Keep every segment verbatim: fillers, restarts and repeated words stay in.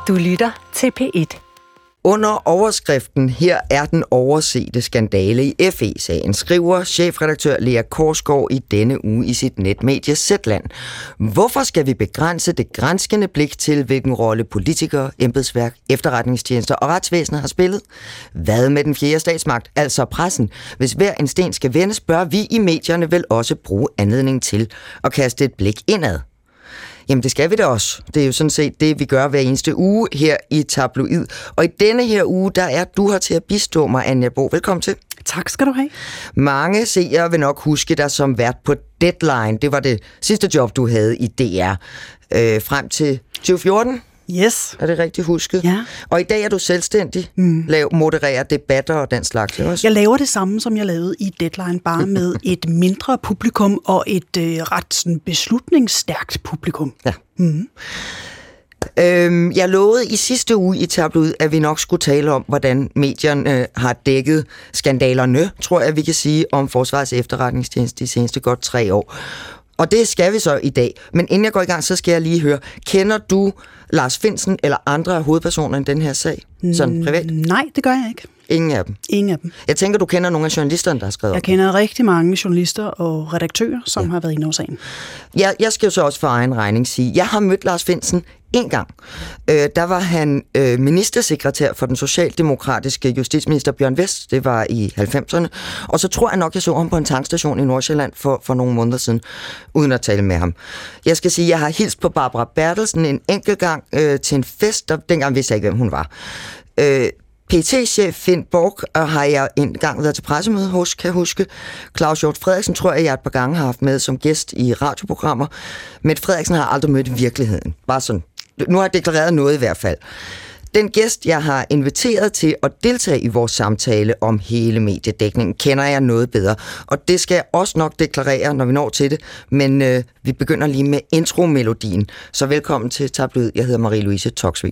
Du lytter til P et. Under overskriften "Her er den oversete skandale i F E-sagen", skriver chefredaktør Lea Korsgaard i denne uge i sit netmedie Zetland. Hvorfor skal vi begrænse det granskende blik til, hvilken rolle politikere, embedsværk, efterretningstjenester og retsvæsenet har spillet? Hvad med den fjerde statsmagt, altså pressen? Hvis hver en sten skal vendes, bør vi i medierne vel også bruge anledning til at kaste et blik indad. Jamen det skal vi da også. Det er jo sådan set det, vi gør hver eneste uge her i Tabloid. Og i denne her uge, der er du her til at bistå mig, Anja Bo. Velkommen til. Tak skal du have. Mange seere vil nok huske dig som vært på Deadline. Det var det sidste job, du havde i D R. Øh, frem til tyve fjorten. Yes. Er det rigtigt husket? Ja. Og i dag er du selvstændig, mm. lav, modererer debatter og den slags også. Jeg laver det samme, som jeg lavede i Deadline, bare med et mindre publikum og et øh, ret sådan, beslutningsstærkt publikum. Ja. Mm. Øhm, jeg lovede i sidste uge i Tabloid, at vi nok skulle tale om, hvordan medierne øh, har dækket skandalerne, tror jeg, vi kan sige, om Forsvarets Efterretningstjeneste de seneste godt tre år. Og det skal vi så i dag. Men inden jeg går i gang, så skal jeg lige høre, kender du Lars Findsen eller andre af hovedpersonerne i den her sag? Sådan privat? Nej, det gør jeg ikke. Ingen af dem? Ingen af dem. Jeg tænker, du kender nogle af journalisterne, der har skrevet Jeg om kender rigtig mange journalister og redaktører, som ja. har været inde over sagen. Jeg, jeg skal jo så også for egen regning sige, jeg har mødt Lars Findsen en gang. Øh, der var han øh, ministersekretær for den socialdemokratiske justitsminister Bjørn Westh. Det var i halvfemserne. Og så tror jeg nok, jeg så ham på en tankstation i Nordsjælland for, for nogle måneder siden, uden at tale med ham. Jeg skal sige, jeg har hilst på Barbara Bertelsen en enkelt gang øh, til en fest, og dengang vidste jeg ikke, hvem hun var. Øh, P T-chef Finn Borch har jeg engang været til pressemøde hos, kan jeg huske. Claus Hjort Frederiksen tror jeg, jeg et par gange har haft med som gæst i radioprogrammer. Mette Frederiksen har aldrig mødt i virkeligheden. Bare sådan. Nu har jeg deklareret noget i hvert fald. Den gæst, jeg har inviteret til at deltage i vores samtale om hele mediedækningen, kender jeg noget bedre. Og det skal jeg også nok deklarere, når vi når til det. Men øh, vi begynder lige med intromelodien. Så velkommen til Tabloid. Jeg hedder Marie-Louise Toksvig.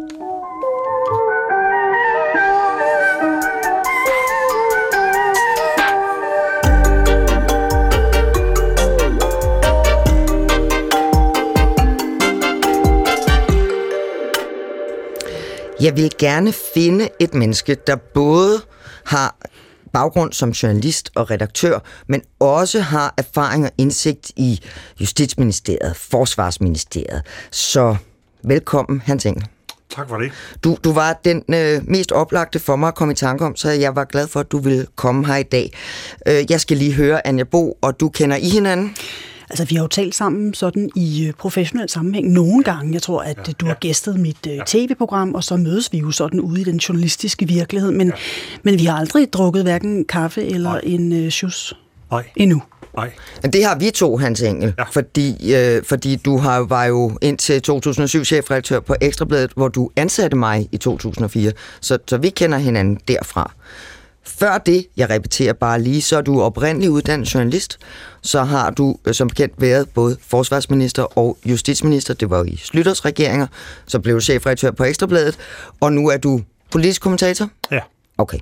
Jeg vil gerne finde et menneske, der både har baggrund som journalist og redaktør, men også har erfaring og indsigt i Justitsministeriet, Forsvarsministeriet. Så velkommen, Hans Engel. Tak for det. Du, du var den øh, mest oplagte for mig at komme i tanke om, så jeg var glad for, at du ville komme her i dag. Øh, jeg skal lige høre, Anja Bo, og du kender I hinanden? Altså, vi har jo talt sammen sådan i professionel sammenhæng nogle gange. Jeg tror, at ja, du har gæstet mit uh, tv-program, og så mødes vi jo sådan ude i den journalistiske virkelighed. Men, ja. men vi har aldrig drukket hverken kaffe eller Nej. en uh, sjus Nej. endnu. Nej. Men det har vi to, Hans Engel, ja. fordi, øh, fordi du har, var jo indtil to tusind og syv chefredaktør på Ekstrabladet, hvor du ansatte mig i to tusind og fire, så, så vi kender hinanden derfra. Før det, jeg repeterer bare lige, så er du oprindelig uddannet journalist, så har du som bekendt været både forsvarsminister og justitsminister, det var jo i Schlüters regeringer, så blev du chefredaktør på Ekstrabladet, og nu er du politisk kommentator? Ja. Okay.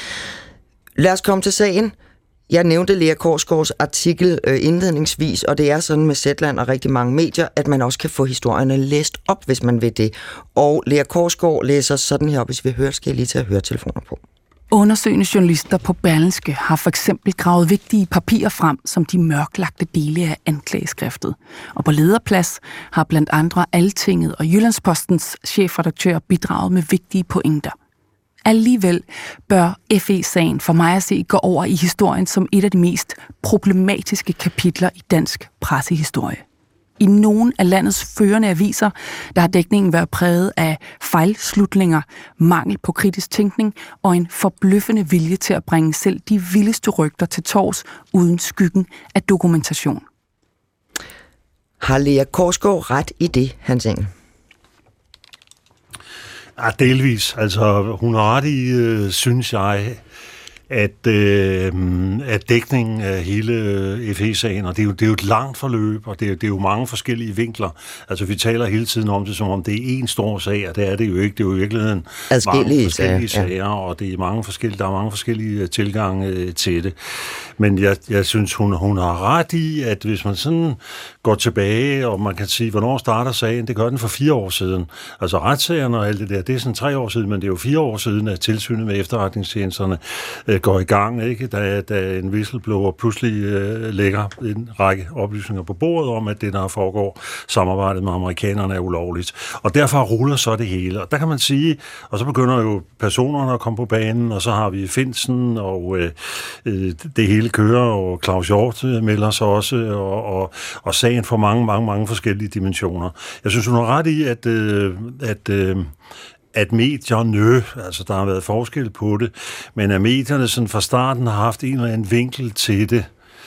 Lad os komme til sagen. Jeg nævnte Lea Korsgaards artikel øh, indledningsvis, og det er sådan med Zetland og rigtig mange medier, at man også kan få historierne læst op, hvis man vil det. Og Lea Korsgaard læser sådan her op, hvis vi hører, skal jeg lige tage høretelefoner på. Undersøgende journalister på Berlingske har for eksempel gravet vigtige papirer frem, som de mørklagte dele af anklageskriftet. Og på lederplads har blandt andre Altinget og Jyllandspostens chefredaktør bidraget med vigtige pointer. Alligevel bør F E-sagen for mig at se gå over i historien som et af de mest problematiske kapitler i dansk pressehistorie. I nogle af landets førende aviser, der har dækningen været præget af fejlslutninger, mangel på kritisk tænkning og en forbløffende vilje til at bringe selv de vildeste rygter til tors uden skyggen af dokumentation. Har Lea Korsgaard ret i det, Hans Engel? Ja, delvis. Altså, hun har ret i, øh, synes jeg, at, øh, at dækningen af hele F E-sagen, og det er, jo, det er jo et langt forløb, og det er, det er jo mange forskellige vinkler. Altså, vi taler hele tiden om det, som om det er én stor sag, og det er det jo ikke. Det er jo i virkeligheden adskillige mange forskellige sager, sager, ja. Og det er mange forskellige, der er mange forskellige tilgange til det. Men jeg, jeg synes, hun, hun har ret i, at hvis man sådan går tilbage, og man kan sige, hvornår starter sagen, det gør den for fire år siden. Altså, retssagerne og alt det der, det er sådan tre år siden, men det er jo fire år siden, at tilsynet med efterretningstjenesterne øh, går i gang, ikke? Da, da en whistleblower pludselig øh, lægger en række oplysninger på bordet om, at det, der foregår samarbejdet med amerikanerne, er ulovligt. Og derfor ruller så det hele. Og der kan man sige, og så begynder jo personerne at komme på banen, og så har vi Findsen, og øh, det hele kører, og Claus Hjort melder sig også, og, og, og sagen får mange, mange, mange forskellige dimensioner. Jeg synes, hun har ret i, at, øh, at øh, at medierne, altså der har været forskel på det, men at medierne sådan fra starten har haft en eller anden vinkel til det.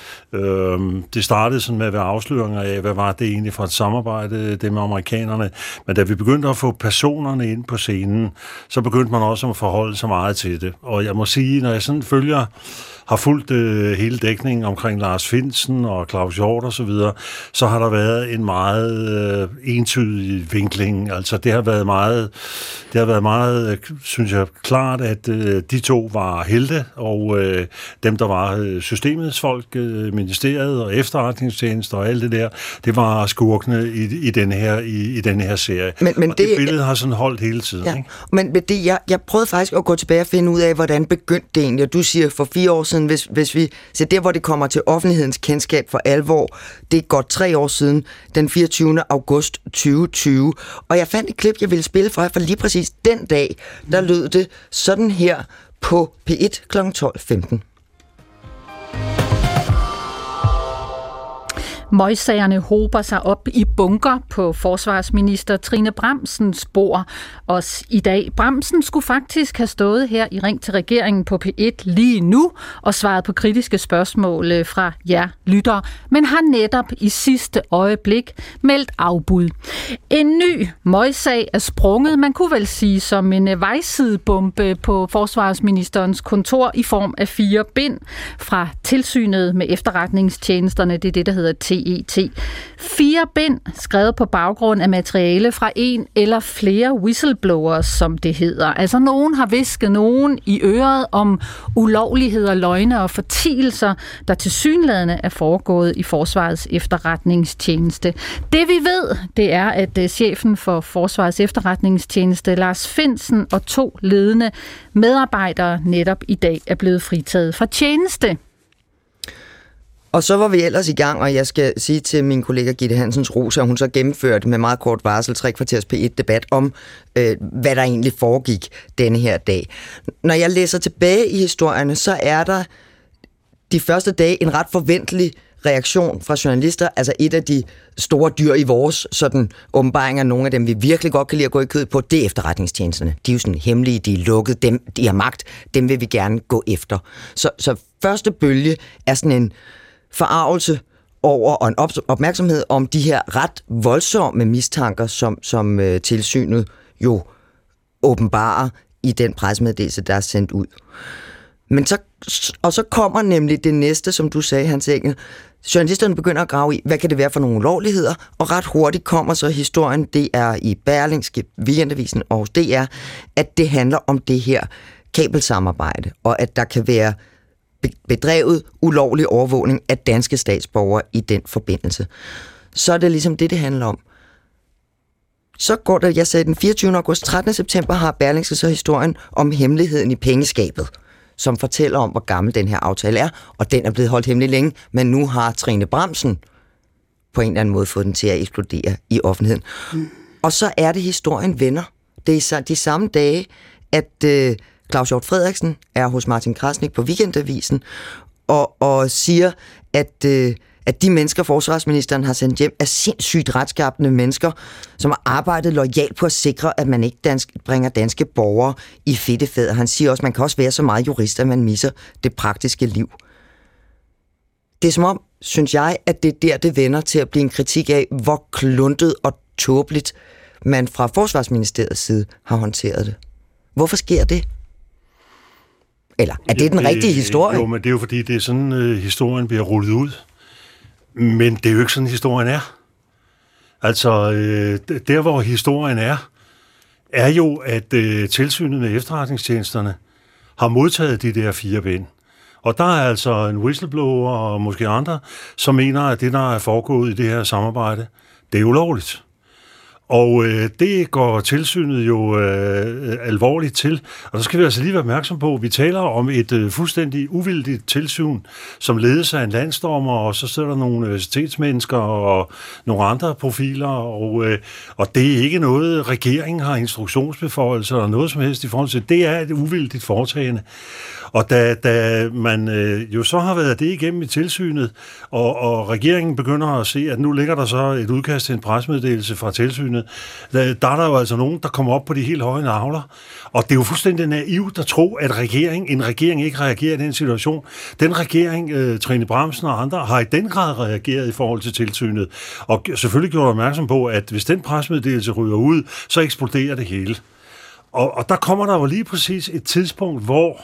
Øhm, det startede sådan med at være afsløringer af, hvad var det egentlig for et samarbejde, det med amerikanerne, men da vi begyndte at få personerne ind på scenen, så begyndte man også at forholde sig meget til det. Og jeg må sige, når jeg sådan følger har fulgt øh, hele dækningen omkring Lars Findsen og Claus Hjort og så videre, så har der været en meget øh, entydig vinkling. Altså det har været meget, det har været meget, øh, synes jeg, klart, at øh, de to var helte, og øh, dem, der var øh, systemets folk, øh, ministeriet og efterretningstjenester og alt det der, det var skurkene i, i denne her i, i denne her serie. Men, men og det, det billede har sådan holdt hele tiden. Ja, ikke? Men det, jeg, jeg prøvede faktisk at gå tilbage og finde ud af, hvordan begyndte det egentlig. Og du siger for fire år siden, Hvis, hvis vi ser der, hvor det kommer til offentlighedens kendskab for alvor, det er godt tre år siden, den fireogtyvende august tyve tyve. Og jeg fandt et klip, jeg ville spille for jer, for lige præcis den dag, der lød det sådan her på P et klokken tolv femten. Møgssagerne hober sig op i bunker på forsvarsminister Trine Bramsens bord også i dag. Bramsen skulle faktisk have stået her i Ring til regeringen på P et lige nu og svaret på kritiske spørgsmål fra jer lyttere, men har netop i sidste øjeblik meldt afbud. En ny møgssag er sprunget, man kunne vel sige, som en vejsidebombe på forsvarsministerens kontor i form af fire bind fra tilsynet med efterretningstjenesterne. Det er det, der hedder T E T. Fire bind skrevet på baggrund af materiale fra en eller flere whistleblowers, som det hedder. Altså nogen har visket nogen i øret om ulovligheder, løgne og fortielser, der tilsyneladende er foregået i Forsvarets efterretningstjeneste. Det vi ved, det er, at chefen for Forsvarets efterretningstjeneste, Lars Findsen, og to ledende medarbejdere netop i dag er blevet fritaget fra tjeneste. Og så var vi ellers i gang, og jeg skal sige til min kollega Gitte Hansens Rosa, at hun så gennemførte med meget kort varsel tre kvarters P et-debat om, øh, hvad der egentlig foregik denne her dag. Når jeg læser tilbage i historierne, så er der de første dage en ret forventelig reaktion fra journalister, altså et af de store dyr i vores sådan åbenbaringer, nogle af dem, vi virkelig godt kan lide at gå i kød på, det er efterretningstjenesterne. De er jo sådan hemmelige, de er lukket, dem, de har magt, dem vil vi gerne gå efter. Så, så første bølge er sådan en forargelse over og en opmærksomhed om de her ret voldsomme mistanker, som, som uh, tilsynet jo åbenbarer i den pressemeddelelse, der er sendt ud. Men så, og så kommer nemlig det næste, som du sagde, Hans Engel. Journalisterne begynder at grave i, hvad kan det være for nogle ulovligheder, og ret hurtigt kommer så historien, det er i Berlingske, Weekendavisen og D R, at det handler om det her kabelsamarbejde, og at der kan være bedrevet ulovlig overvågning af danske statsborgere i den forbindelse. Så er det ligesom det, det handler om. Så går der, jeg sagde den fireogtyvende august, trettende september har Berlingske så historien om hemmeligheden i pengeskabet, som fortæller om, hvor gammel den her aftale er, og den er blevet holdt hemmelig længe, men nu har Trine Bramsen på en eller anden måde fået den til at eksplodere i offentligheden. Mm. Og så er det, historien vender. Det er de samme dage, at øh, Claus Hjort Frederiksen er hos Martin Krasnik på Weekendavisen og, og siger, at, øh, at de mennesker, forsvarsministeren har sendt hjem, er sindssygt retskapende mennesker, som har arbejdet loyalt på at sikre, at man ikke dansk, bringer danske borgere i fedtefædder. Han siger også, at man kan også være så meget jurist, at man misser det praktiske liv. Det er som om, synes jeg, at det er der, det vender til at blive en kritik af, hvor kluntet og tåbeligt man fra Forsvarsministeriets side har håndteret det. Hvorfor sker det? Eller er det den det, rigtige historie? Jo, men det er jo fordi, det er sådan, øh, historien bliver rullet ud. Men det er jo ikke sådan, historien er. Altså, øh, der hvor historien er, er jo, at øh, tilsynet med efterretningstjenesterne har modtaget de der fire bind. Og der er altså en whistleblower og måske andre, som mener, at det, der er foregået i det her samarbejde, det er ulovligt. Og øh, det går tilsynet jo øh, alvorligt til. Og så skal vi altså lige være opmærksom på, at vi taler om et øh, fuldstændig uvildigt tilsyn, som ledes af en landsdommer, og så sidder der nogle universitetsmennesker og nogle andre profiler, og, øh, og det er ikke noget, regeringen har instruktionsbeføjelser eller noget som helst i forhold til. Det er et uvildigt foretagende. Og da, da man øh, jo så har været det igennem i tilsynet, og, og regeringen begynder at se, at nu ligger der så et udkast til en pressemeddelelse fra tilsynet, der, der er der jo altså nogen, der kommer op på de helt høje navler. Og det er jo fuldstændig naivt at tro, at regering, en regering ikke reagerer i den situation. Den regering, øh, Trine Bramsen og andre, har i den grad reageret i forhold til tilsynet. Og selvfølgelig gjort opmærksom på, at hvis den pressemeddelelse ryger ud, så eksploderer det hele. Og, og der kommer der jo lige præcis et tidspunkt, hvor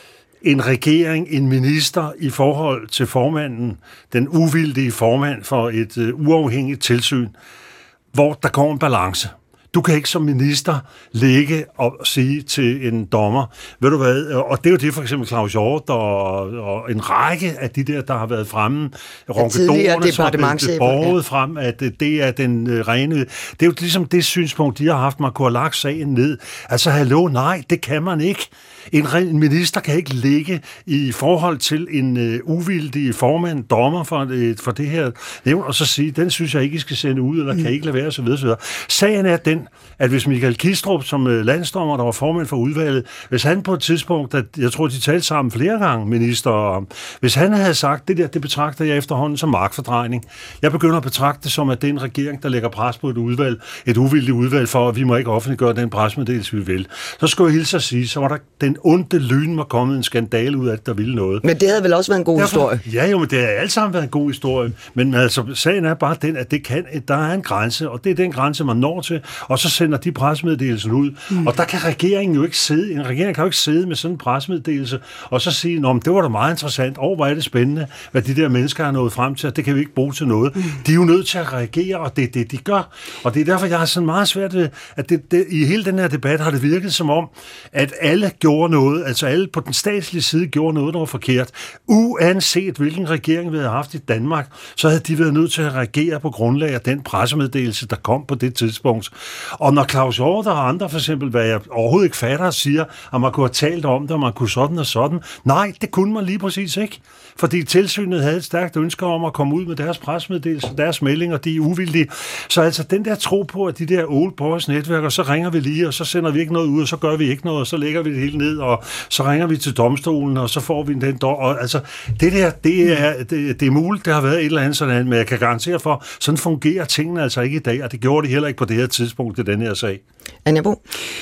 en regering, en minister i forhold til formanden, den uvildige formand for et uh, uafhængigt tilsyn, hvor der går en balance. Du kan ikke som minister ligge og sige til en dommer, ved du hvad, og det er jo det for eksempel Claus Hjort og, og en række af de der, der har været fremme, ronkedorerne, som er blevet borget ja. frem, at det er den uh, rene. Det er jo ligesom det synspunkt, de har haft, man kunne have lagt sagen ned. Altså, hallo, nej, det kan man ikke. En minister kan ikke ligge i forhold til en uh, uvildig formand, dommer for, uh, for det her nævn, og så sige, den synes jeg ikke, I skal sende ud, eller kan ikke lade være, så videre, så videre. Sagen er den, at hvis Michael Kistrup, som uh, landsdommer, der var formand for udvalget, hvis han på et tidspunkt, at jeg tror, de talte sammen flere gange, minister, om, hvis han havde sagt, det der, det betragter jeg efterhånden som magtfordrejning. Jeg begynder at betragte det som, at det er en regering, der lægger pres på et udvalg, et uvildigt udvalg for, at vi må ikke offentliggøre den pressemeddelelse, vi vil. Så skulle jeg hilse at sige, så var der den onde lyn var kommet en skandale ud af, at der ville noget. Men det havde vel også været en god Derfor, historie? Ja, jo, men det har alt sammen været en god historie. Men altså, sagen er bare den, at det kan, der er en grænse, og det er den grænse, man når til, og så sender de pressemeddelelsen ud. Mm. Og der kan regeringen jo ikke sidde, en regering kan jo ikke sidde med sådan en pressemeddelelse, og så sige, nå, men det var da meget interessant, og hvor er det spændende, hvad de der mennesker har nået frem til, at det kan vi ikke bruge til noget. Mm. De er jo nødt til at reagere, og det er det, de gør. Og det er derfor, jeg har sådan meget svært ved, at det, det, i hele den her debat har det virket som om, at alle gjorde noget, altså alle på den statslige side gjorde noget, der var forkert. Uanset hvilken regering vi havde haft i Danmark, så havde de været nødt til at reagere på grundlag af den pressemeddelelse, der kom på det tidspunkt. Og når Claus Hjort og andre, for eksempel, hvad jeg overhovedet ikke fatter, siger, at man kunne have talt om det, og man kunne sådan og sådan. Nej, det kunne man lige præcis ikke. Fordi tilsynet havde et stærkt ønske om at komme ud med deres pressemeddelelse, deres meldinger, de er uvildige. Så altså den der tro på, at de der old boys netværker, så ringer vi lige, og så sender vi ikke noget ud, og så gør vi ikke noget, og så lægger vi det hele ned, og så ringer vi til domstolen, og så får vi den dom. Og altså, det der, det er, det, det er muligt, det har været et eller andet sådan, men jeg kan garantere for, sådan fungerer tingene altså ikke i dag, og det gjorde det heller ikke på det her tidspunkt i den her sag. Anja Bo?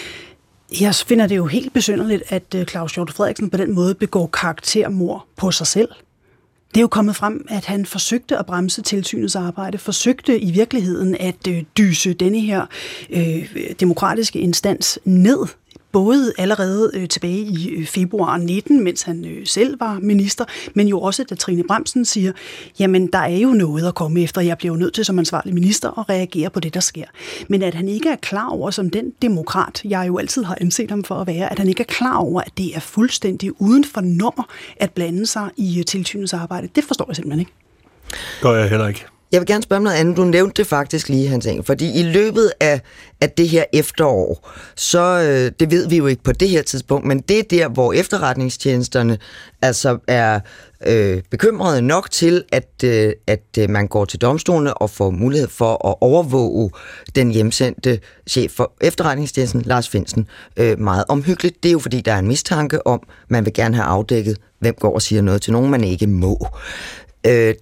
Jeg finder det jo helt besynderligt, at Claus Hjort Frederiksen på den måde begår karaktermord på sig selv. Det er jo kommet frem, at han forsøgte at bremse tilsynets arbejde, forsøgte i virkeligheden at øh, dyse denne her øh, demokratiske instans ned, både allerede øh, tilbage i øh, februar nitten, mens han øh, selv var minister, men jo også, da Trine Bramsen siger, jamen der er jo noget at komme efter, jeg bliver jo nødt til som ansvarlig minister at reagere på det, der sker. Men at han ikke er klar over, som den demokrat, jeg jo altid har anset ham for at være, at han ikke er klar over, at det er fuldstændig uden for nummer at blande sig i øh, tilsynets arbejde, det forstår jeg simpelthen ikke. Gør jeg heller ikke. Jeg vil gerne spørge om noget andet. Du nævnte det faktisk lige, Hans Engel, fordi i løbet af, af det her efterår, så øh, det ved vi jo ikke på det her tidspunkt, men det er der, hvor efterretningstjenesterne altså er øh, bekymrede nok til, at, øh, at øh, man går til domstolene og får mulighed for at overvåge den hjemsendte chef for efterretningstjenesten, Lars Findsen, øh, meget omhyggeligt. Det er jo fordi, der er en mistanke om, man vil gerne have afdækket, hvem går og siger noget til nogen, man ikke må. Øh,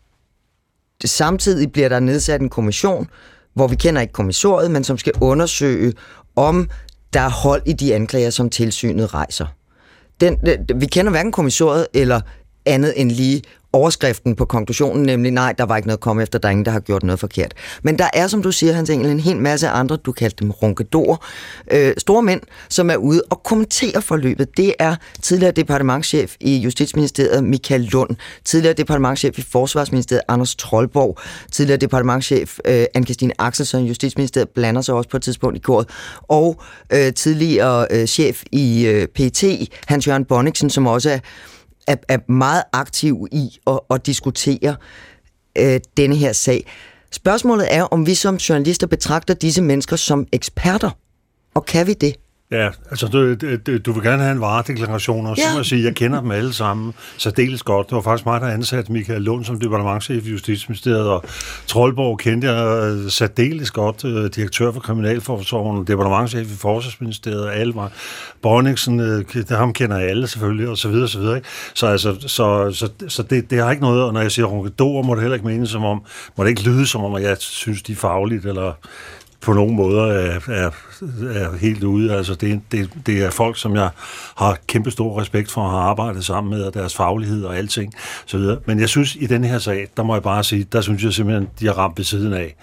Samtidig bliver der nedsat en kommission, hvor vi kender ikke kommissoriet, men som skal undersøge, om der er hold i de anklager, som tilsynet rejser. Den, vi kender hverken kommissoriet eller andet end lige overskriften på konklusionen, nemlig nej, der var ikke noget at komme efter, der er ingen, der har gjort noget forkert. Men der er, som du siger, Hans Engel, en hel masse andre, du kaldte dem ronkedorer, øh, store mænd, som er ude og kommenterer forløbet. Det er tidligere departementschef i Justitsministeriet, Michael Lund, tidligere departementschef i Forsvarsministeriet, Anders Troldborg, tidligere departementschef øh, Anne-Kristine Axelsson, Justitsministeriet blander sig også på et tidspunkt i koret, og øh, tidligere øh, chef i øh, P E T, Hans-Jørgen Bonniksen, som også er, er, er meget aktiv i at, at diskutere øh, denne her sag. Spørgsmålet er, om vi som journalister betragter disse mennesker som eksperter, og kan vi det? Ja, altså du, du, du vil gerne have en varedeklaration, og så Ja. må jeg sige, jeg kender dem alle sammen særdeles godt. Det var faktisk mig, der ansatte Michael Lund som departementschef i Justitsministeriet, og Troldborg kendte jeg særdeles godt, direktør for Kriminalforsorgen, departementschef i Forsvarsministeriet, alle var. Bonniksen, det ham kender alle selvfølgelig, og så videre, så videre. Ikke? Så, altså, så, så, så det, det har ikke noget, og når jeg siger ronkedorer, må det heller ikke mene som om, må det ikke lyde som om, at jeg synes, de er fagligt, eller på nogle måder er, er, er helt ude. Altså det, det, det er folk, som jeg har kæmpe stor respekt for at have arbejdet sammen med, og deres faglighed og alting, så videre. Men jeg synes, i denne her sag, der må jeg bare sige, der synes jeg simpelthen, de har ramt ved siden af.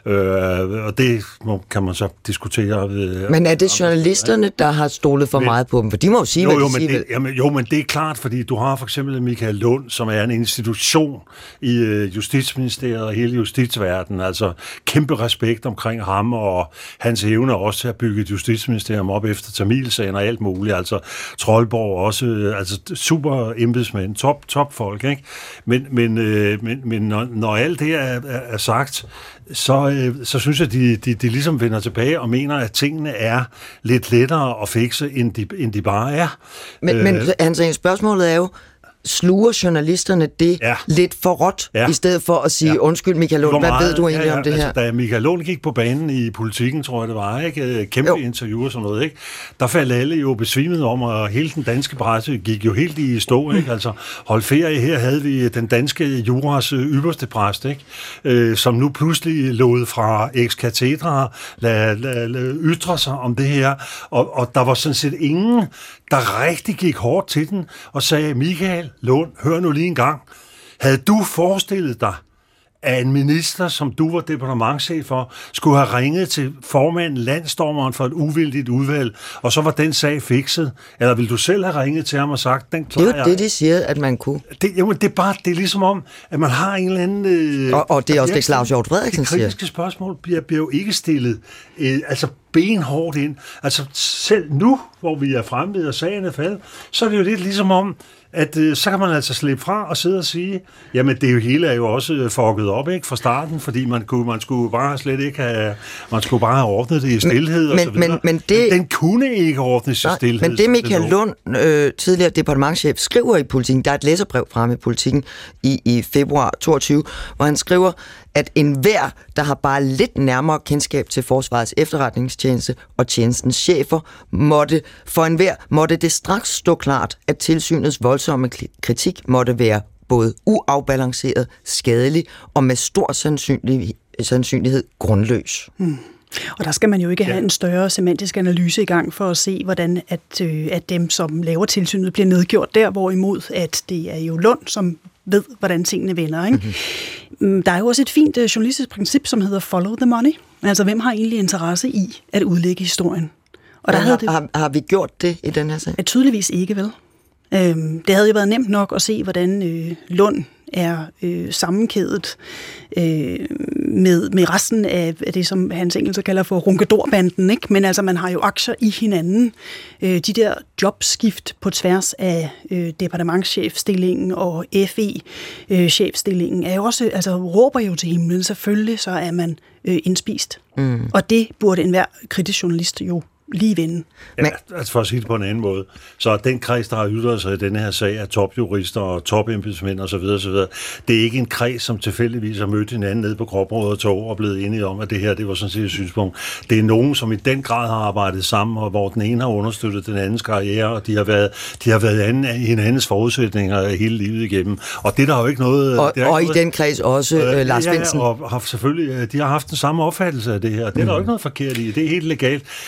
Øh, og det må, kan man så diskutere. Ved, Men er det journalisterne, der har stolet for men, meget på dem? For de må jo sige, jo, hvad de jo, men siger. det, jamen, jo, men det er klart, fordi du har for eksempel Michael Lund, som er en institution i øh, Justitsministeriet og hele justitsverdenen, altså kæmpe respekt omkring ham, og hans evne også til at bygge et justitsministerium op efter Tamilsagen og alt muligt. Altså Troldborg også, altså super embedsmænd, top, top folk, ikke? Men, men, øh, men, men når, når alt det er, er, er sagt, så, øh, så synes jeg, de, de, de ligesom vender tilbage og mener, at tingene er lidt lettere at fikse, end de, end de bare er. Men, øh, men Hans, spørgsmålet er jo, sluger journalisterne det Ja. lidt for råt, Ja. i stedet for at sige, Ja. undskyld Michael Lund, Hvor hvad meget- ved du egentlig ja, ja, om det altså, her? Da Michael Lund gik på banen i Politikken, tror jeg det var, ikke? Kæmpe Jo. interview og sådan noget, ikke? Der faldt alle jo besvimet om, og hele den danske presse gik jo helt i stå, ikke? Altså, hold ferie, her havde vi den danske juras øh, ypperste præst, ikke? Øh, som nu pludselig lod fra ex-katedra lade, lade, lade ytre sig om det her, og, og der var sådan set ingen, der rigtig gik hårdt til den, og sagde, Michael Lund, hør nu lige en gang, havde du forestillet dig, at en minister, som du var departementschef for, skulle have ringet til formanden, landsdommeren for et uvildigt udvalg, og så var den sag fikset? Eller ville du selv have ringet til ham og sagt, den Det klarer er jo jeg? det, de siger, at man kunne. Det, jamen, det er bare, det er ligesom om, at man har en eller anden... Øh, Og, og det er også det, Claus Hjort Frederiksen De siger. kritiske spørgsmål bliver, bliver jo ikke stillet øh, altså benhårdt ind. Altså selv nu, hvor vi er fremme ved, og sagen er faldet, så er det jo lidt ligesom om, at øh, så kan man altså slippe fra og sidde og sige, jamen det jo hele er jo også fucket op, ikke, fra starten, fordi man, kunne, man skulle bare slet ikke have, man skulle bare have ordnet det i stilhed og så videre. Men, men det, den kunne ikke ordnes i nej, stilhed. men det Michael Lund, øh, tidligere departementschef, skriver i Politikken, der er et læserbrev fremme i Politikken i, i februar toogtyve, hvor han skriver, at enhver, der har bare lidt nærmere kendskab til Forsvarets efterretningstjeneste og tjenestens chefer, måtte, for enhver måtte det straks stå klart, at tilsynets voldsomme kritik måtte være både uafbalanceret, skadelig og med stor sandsynlig, sandsynlighed grundløs. Hmm. Og der skal man jo ikke have ja. en større semantisk analyse i gang for at se, hvordan at, øh, at dem, som laver tilsynet, bliver nedgjort der, hvorimod at det er jo Lund, som ved, hvordan tingene vender. Ikke? Mm-hmm. Der er jo også et fint uh, journalistisk princip, som hedder follow the money. Altså, hvem har egentlig interesse i at udlægge historien? Og der har, havde det, har, har vi gjort det i den her sag? at tydeligvis ikke, vel? Øhm, det havde jo været nemt nok at se, hvordan øh, Lund er øh, sammenkædet øh, med, med resten af, af det, som Hans Engel så kalder for runkedorbanden, ikke? Men altså, man har jo aktier i hinanden. Øh, de der jobskift på tværs af øh, departementschefstillingen og F E-chefstillingen er jo også, altså råber jo til himlen. Selvfølgelig så er man øh, indspist. Mm. Og det burde enhver kritisk journalist jo lige vende. Ja, altså for at sige det på en anden måde. Så den kreds, der har ytret sig i denne her sag, er topjurister og topembedsmænd osv. osv. Det er ikke en kreds, som tilfældigvis har mødt hinanden nede på Gråbrød og Tog og blevet enige om, at det her, det var sådan set et synspunkt. Det er nogen, som i den grad har arbejdet sammen, og hvor den ene har understøttet den andens karriere, og de har været, de har været anden, hinandens forudsætninger hele livet igennem. Og det er der jo ikke noget... Og, der og ikke i den kreds også øh, Lars ja, Findsen. Ja, og har selvfølgelig, de har haft den samme opfattelse af det her. Det er mm. der jo ikke noget forkert i. Det er helt legalt. Men, men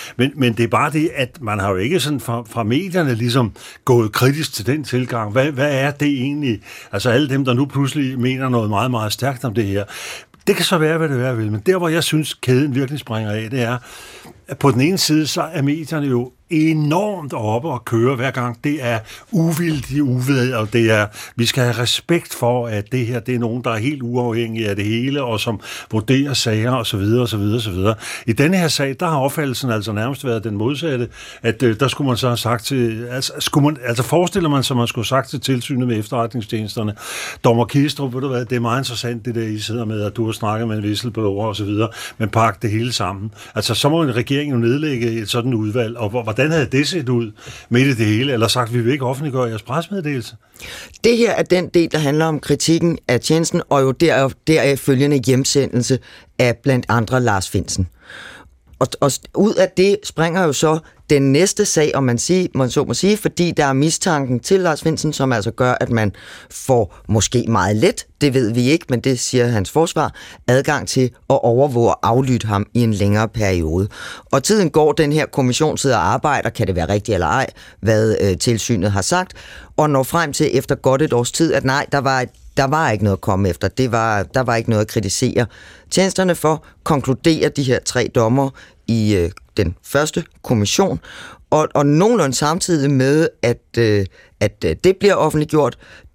men det er bare det, at man har jo ikke sådan fra, fra medierne ligesom gået kritisk til den tilgang. Hvad, hvad er det egentlig? Altså alle dem, der nu pludselig mener noget meget, meget stærkt om det her. Det kan så være, hvad det er, vil, men der, hvor jeg synes, kæden virkelig springer af, det er, at på den ene side, så er medierne jo enormt oppe og køre hver gang. Det er uvildigt uved, og det er, vi skal have respekt for, at det her, det er nogen, der er helt uafhængige af det hele, og som vurderer sager, og så videre, og så videre, og så videre. I denne her sag, der har opfattelsen altså nærmest været den modsatte, at øh, der skulle man så have sagt til, altså, skulle man, altså forestiller man sig, man skulle have sagt til tilsynet med efterretningstjenesterne, Dommer Kistrup, ved du hvad, det er meget interessant, det der, I sidder med, at du har snakket med en whistleblower, og så videre, men pak det hele sammen. Altså, så må en regering jo nedlægge et sådan udvalg, og hvor, hvordan havde det set ud midt i det hele, eller sagt, vi vil ikke offentliggøre jeres pressemeddelelse? Det her er den del, der handler om kritikken af tjenesten, og jo der, deraf følgende hjemsendelse af blandt andre Lars Findsen. Og, og ud af det springer jo så den næste sag, om man, sige, man så må sige, fordi der er mistanken til Lars Findsen, som altså gør, at man får måske meget let, det ved vi ikke, men det siger hans forsvar, adgang til at overvåge og aflytte ham i en længere periode. Og tiden går, den her kommission sidder og arbejder, kan det være rigtigt eller ej, hvad øh, tilsynet har sagt, og når frem til efter godt et års tid, at nej, der var Der var ikke noget at komme efter. Det var, der var ikke noget at kritisere tjenesterne for, konkluderer de her tre dommer i øh, den første kommission, og, og nogenlunde samtidig med, at, øh, at øh, det bliver offentliggjort,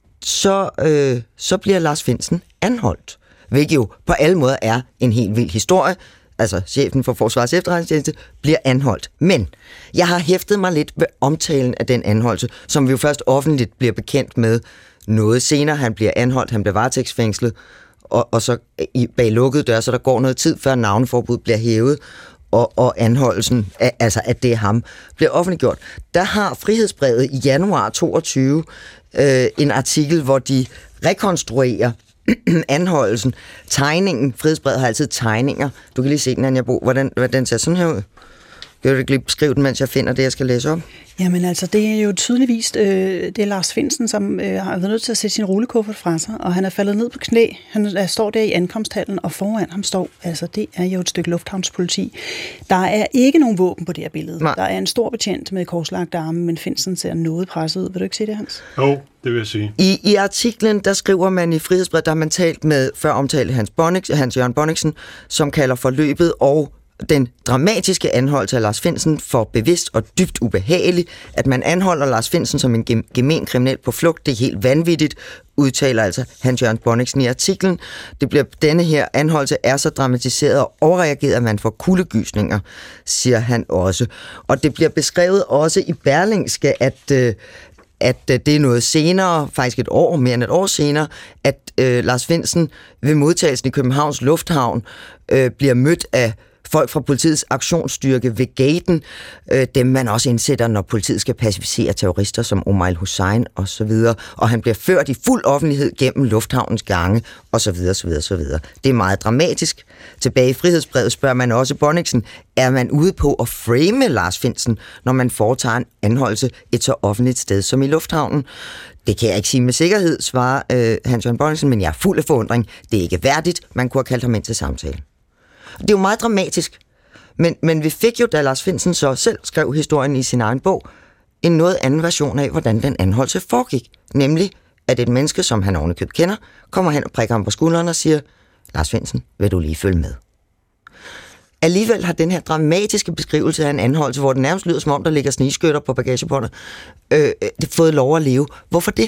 så, øh, så bliver Lars Findsen anholdt. Hvilket jo på alle måder er en helt vild historie. Altså chefen for Forsvarets Efterretningstjeneste bliver anholdt. Men jeg har hæftet mig lidt ved omtalen af den anholdelse, som vi jo først offentligt bliver bekendt med noget senere. Han bliver anholdt, han bliver varetægtsfængslet, og, og så i, bag lukkede døre, så der går noget tid, før navneforbud bliver hævet, og, og anholdelsen, af, altså at det er ham, bliver offentliggjort. Der har Frihedsbrevet i januar toogtyve øh, en artikel, hvor de rekonstruerer anholdelsen. Tegningen, Frihedsbrevet har altid tegninger. Du kan lige se den, Anja Bo. Hvordan, hvordan ser sådan her ud? Kan du ikke lige beskrive den, mens jeg finder det, jeg skal læse op? Jamen altså, det er jo tydeligvis, øh, det er Lars Findsen, som øh, har været nødt til at sætte sin rullekuffert fra sig, og han er faldet ned på knæ. Han er, står der i ankomsthallen, og foran ham står, altså det er jo et stykke lufthavnspoliti. Der er ikke nogen våben på det her billede. Nej. Der er en stor betjent med korslagte arme, men Findsen ser noget presset ud. Vil du ikke se det, Hans? Jo, det vil jeg sige. I, i artiklen, der skriver man i Frihedsbrevet, der har man talt med før omtalte Hans, Bonix, Hans Jørgen Bonniksen, som kalder forløbet og den dramatiske anholdelse af Lars Findsen for bevidst og dybt ubehagelig. At man anholder Lars Findsen som en gemen kriminel på flugt, det er helt vanvittigt, udtaler altså Hans Jørgen Bonniksen i artiklen. Det bliver, denne her anholdelse er så dramatiseret og overreageret, at man får kuldegysninger, siger han også. Og det bliver beskrevet også i Berlingske, at at det er noget senere, faktisk et år, mere end et år senere, at øh, Lars Findsen ved modtagelsen i Københavns Lufthavn øh, bliver mødt af folk fra politiets aktionsstyrke ved gaten, øh, dem man også indsætter, når politiet skal pacificere terrorister som Omar el-Hussein og så videre, og han bliver ført i fuld offentlighed gennem lufthavnens gange og så videre, så videre, så videre. Det er meget dramatisk. Tilbage i Frihedsbrevet spørger man også Bonniksen, er man ude på at frame Lars Findsen, når man foretager en anholdelse et så offentligt sted som i lufthavnen? Det kan jeg ikke sige med sikkerhed, svarer øh, Hans Jørgen Bonniksen, men jeg er fuld af forundring. Det er ikke værdigt. Man kunne have kaldt ham ind til samtale. Det er jo meget dramatisk, men, men vi fik jo, da Lars Findsen så selv skrev historien i sin egen bog, en noget anden version af, hvordan den anholdelse foregik. Nemlig, at et menneske, som han ovenikøbet kender, kommer hen og prikker ham på skulderen og siger, Lars Findsen, vil du lige følge med? Alligevel har den her dramatiske beskrivelse af en anholdelse, hvor den nærmest lyder som om, der ligger snigskytter på bagagebåndet, øh, det fået lov at leve. Hvorfor det?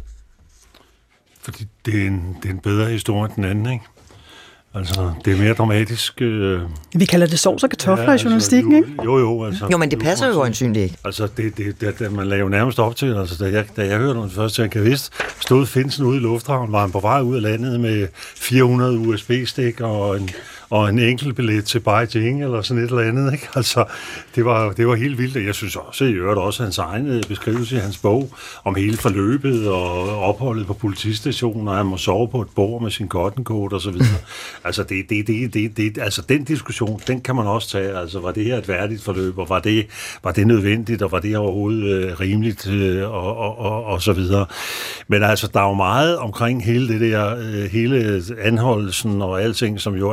Fordi det er en, det er en bedre historie end den anden, ikke? Altså, det er mere dramatisk. Øh... Vi kalder det sovs og kartofler ja, i journalistikken, altså, ikke? Jo, jo. Altså, jo, men det passer jo øjensynligt ikke. Altså, det, det, det, det, man lagde jo nærmest op til, altså, da jeg, da jeg hørte om det første, jeg kan vidst, stod Findsen ude i lufthavnen, var han på vej ud af landet med fire hundrede U S B-stik og en, og en enkelt billet til Beijing, eller sådan et eller andet, ikke? Altså, det var, det var helt vildt. Jeg synes også, jeg hørte også hans egen beskrivelse i hans bog, om hele forløbet og opholdet på politistationen, og han må sove på et bord med sin cottoncoat og så videre. Altså, det, det, det, det, det, altså, den diskussion, den kan man også tage. Altså, var det her et værdigt forløb, og var det, var det nødvendigt, og var det overhovedet øh, rimeligt, øh, og, og, og, og så videre. Men altså, der er jo meget omkring hele det der, øh, hele anholdelsen og alting, som jo er meget, meget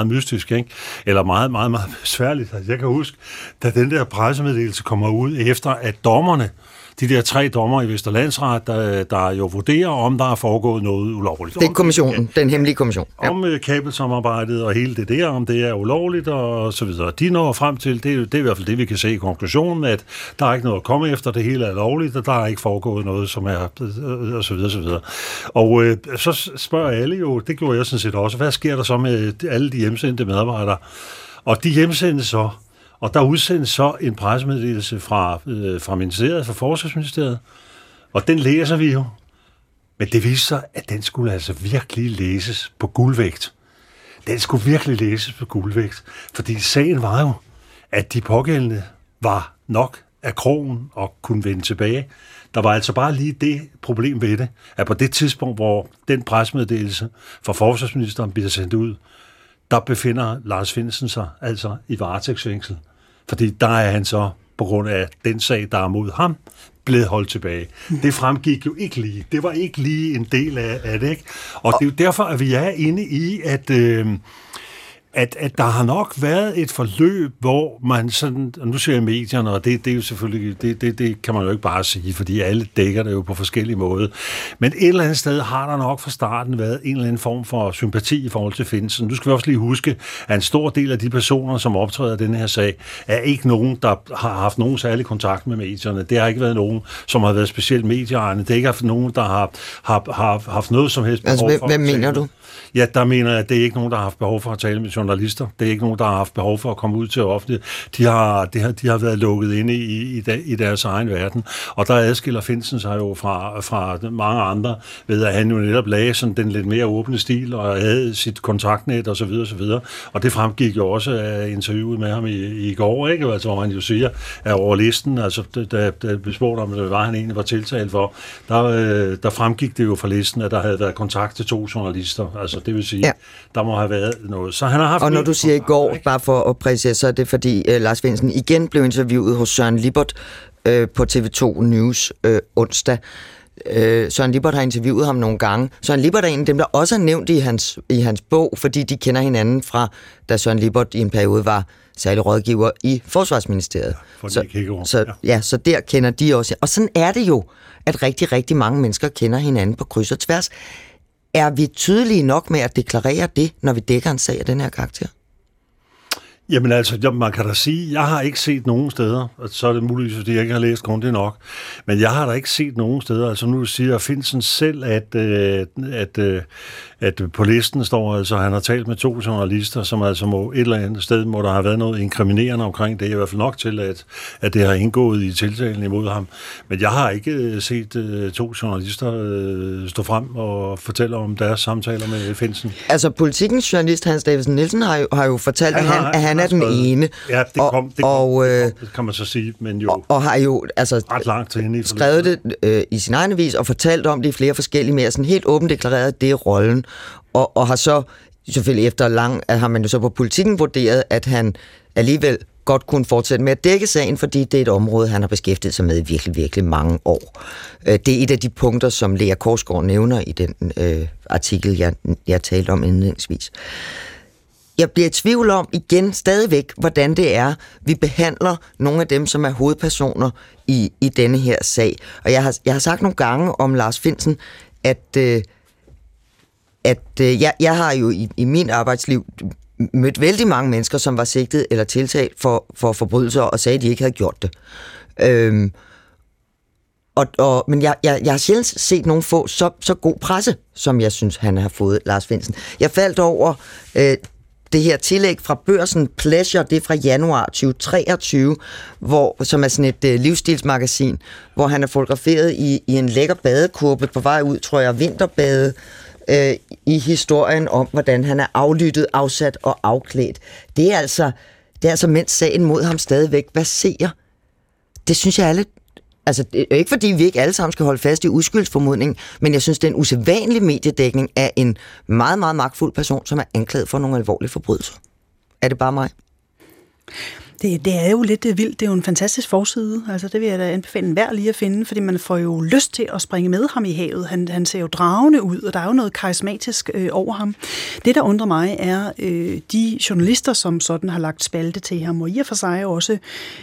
meget mystisk, ikke? Eller meget, meget, meget besværligt. Jeg kan huske, da den der pressemeddelelse kommer ud, efter at dommerne, de der tre dommer i Vesterlandsret, der, der jo vurderer, om der er foregået noget ulovligt. Det er kommissionen, den hemmelige kommission. Ja. Om uh, kabelsamarbejdet og hele det der, om det er ulovligt og så videre. De når frem til, det er, det er i hvert fald det, vi kan se i konklusionen, at der er ikke noget at komme efter, det hele er lovligt, og der er ikke foregået noget, som er, og så videre, så videre. Og uh, så spørger alle jo, det gjorde jeg sådan set også, hvad sker der så med alle de hjemsendte medarbejdere? Og de hjemsendes så, og der udsendes så en pressemeddelelse fra, øh, fra ministeriet, fra Forsvarsministeriet, og den læser vi jo. Men det viser sig, at den skulle altså virkelig læses på guldvægt. Den skulle virkelig læses på guldvægt, fordi sagen var jo, at de pågældende var nok af krogen og kunne vende tilbage. Der var altså bare lige det problem ved det, at på det tidspunkt, hvor den pressemeddelelse fra forsvarsministeren bliver sendt ud, der befinder Lars Findsen sig altså i varetægtsfængsel. Fordi der er han så, på grund af den sag, der er mod ham, blevet holdt tilbage. Det fremgik jo ikke lige. Det var ikke lige en del af, af det, ikke? Og det er jo derfor, at vi er inde i, at... Øh, At, at der har nok været et forløb, hvor man sådan, og nu ser jeg medierne, og det, det er jo selvfølgelig, det, det, det kan man jo ikke bare sige, fordi alle dækker det jo på forskellige måder. Men et eller andet sted har der nok fra starten været en eller anden form for sympati i forhold til Findsen. Nu skal vi også lige huske, at en stor del af de personer, som optræder i denne her sag, er ikke nogen, der har haft nogen særlig kontakt med medierne. Det har ikke været nogen, som har været specielt medieegne. Det har ikke haft nogen, der har, har, har haft noget som helst behov altså, for... Hvem mener du? Ja, der mener jeg, at det er ikke nogen, der har haft behov for at tale med journalister. Det er ikke nogen, der har haft behov for at komme ud til offentlighed. De har, de har, de har været lukket inde i, i, i deres egen verden. Og der adskiller Findsen sig jo fra, fra mange andre, ved at han jo netop lagde sådan den lidt mere åbne stil og havde sit kontaktnet og så videre, så videre. Og det fremgik jo også af interviewet med ham i, i går, ikke? Altså, hvor han jo siger, at over listen, altså da, da blev spurgt om, hvad var han egentlig var tiltalt for, der, der fremgik det jo fra listen, at der havde været kontakt til to journalister. Altså det vil sige, ja. Der må have været noget. Så han har haft og når du siger i går, ikke? Bare for at præcisere, så er det fordi uh, Lars Findsen igen blev interviewet hos Søren Lippert uh, på T V to News uh, onsdag. Uh, Søren Lippert har interviewet ham nogle gange. Søren Lippert er en af dem, der også er nævnt i hans, i hans bog, fordi de kender hinanden fra, da Søren Lippert i en periode var særlig rådgiver i Forsvarsministeriet. Ja, så, så, ja. ja, så der kender de også. Og sådan er det jo, at rigtig, rigtig mange mennesker kender hinanden på kryds og tværs. Er vi tydelige nok med at deklarere det, når vi dækker en sag af den her karakter? Jamen altså, man kan da sige, jeg har ikke set nogen steder, og så er det muligvis, fordi jeg ikke har læst grundigt nok, men jeg har da ikke set nogen steder. Altså nu siger Findsen selv, at, at, at, at på listen står, altså han har talt med to journalister, som altså må et eller andet sted, må der have været noget inkriminerende omkring det, i hvert fald nok til, at, at det har indgået i tiltalen imod ham. Men jeg har ikke set uh, to journalister uh, stå frem og fortælle om deres samtaler med Findsen. Altså Politikens journalist Hans Davidsen Nielsen har jo, har jo fortalt, han at han, at han er den ene. Ja, det kom, det, kom, og, det, kom, det kan man så sige, men jo og, og har jo altså ret langt til hende i skrevet det øh, i sin egen avis og fortalt om det i flere forskellige mere, sådan helt åbent deklareret, at det er rollen, og, og har så selvfølgelig efter lang, at har man jo så på Politikken vurderet, at han alligevel godt kunne fortsætte med at dække sagen, fordi det er et område, han har beskæftiget sig med i virkelig, virkelig mange år. Det er et af de punkter, som Lea Korsgaard nævner i den øh, artikel, jeg, jeg talte om indledningsvis. Jeg bliver i tvivl om igen stadigvæk, hvordan det er, vi behandler nogle af dem, som er hovedpersoner i, i denne her sag. Og jeg har, jeg har sagt nogle gange om Lars Findsen, at, øh, at øh, jeg, jeg har jo i, i min arbejdsliv mødt vældig mange mennesker, som var sigtet eller tiltalt for, for forbrydelser, og sagde, at de ikke havde gjort det. Øhm, og, og, men jeg, jeg, jeg har sjældent set nogen få så, så god presse, som jeg synes, han har fået, Lars Findsen. Jeg faldt over øh, det her tillæg fra Børsen Pleasure, det er fra januar tyve treogtyve, hvor, som er sådan et øh, livsstilsmagasin, hvor han er fotograferet i, i en lækker badekurve på vej ud, tror jeg, vinterbade, øh, i historien om, hvordan han er aflyttet, afsat og afklædt. Det er altså, det er altså mens sagen mod ham stadigvæk baserer. Det synes jeg er lidt. Altså, det er ikke fordi, vi ikke alle sammen skal holde fast i uskyldsformodningen, men jeg synes, det er en usædvanlig mediedækning af en meget, meget magtfuld person, som er anklaget for nogle alvorlige forbrydelser. Er det bare mig? Det, det er jo lidt det vildt. Det er jo en fantastisk forside. Altså, det vil jeg da anbefale enhver lige at finde, fordi man får jo lyst til at springe med ham i havet. Han, han ser jo dragende ud, og der er jo noget karismatisk øh, over ham. Det, der undrer mig, er øh, de journalister, som sådan har lagt spalte til ham, og i og for sig også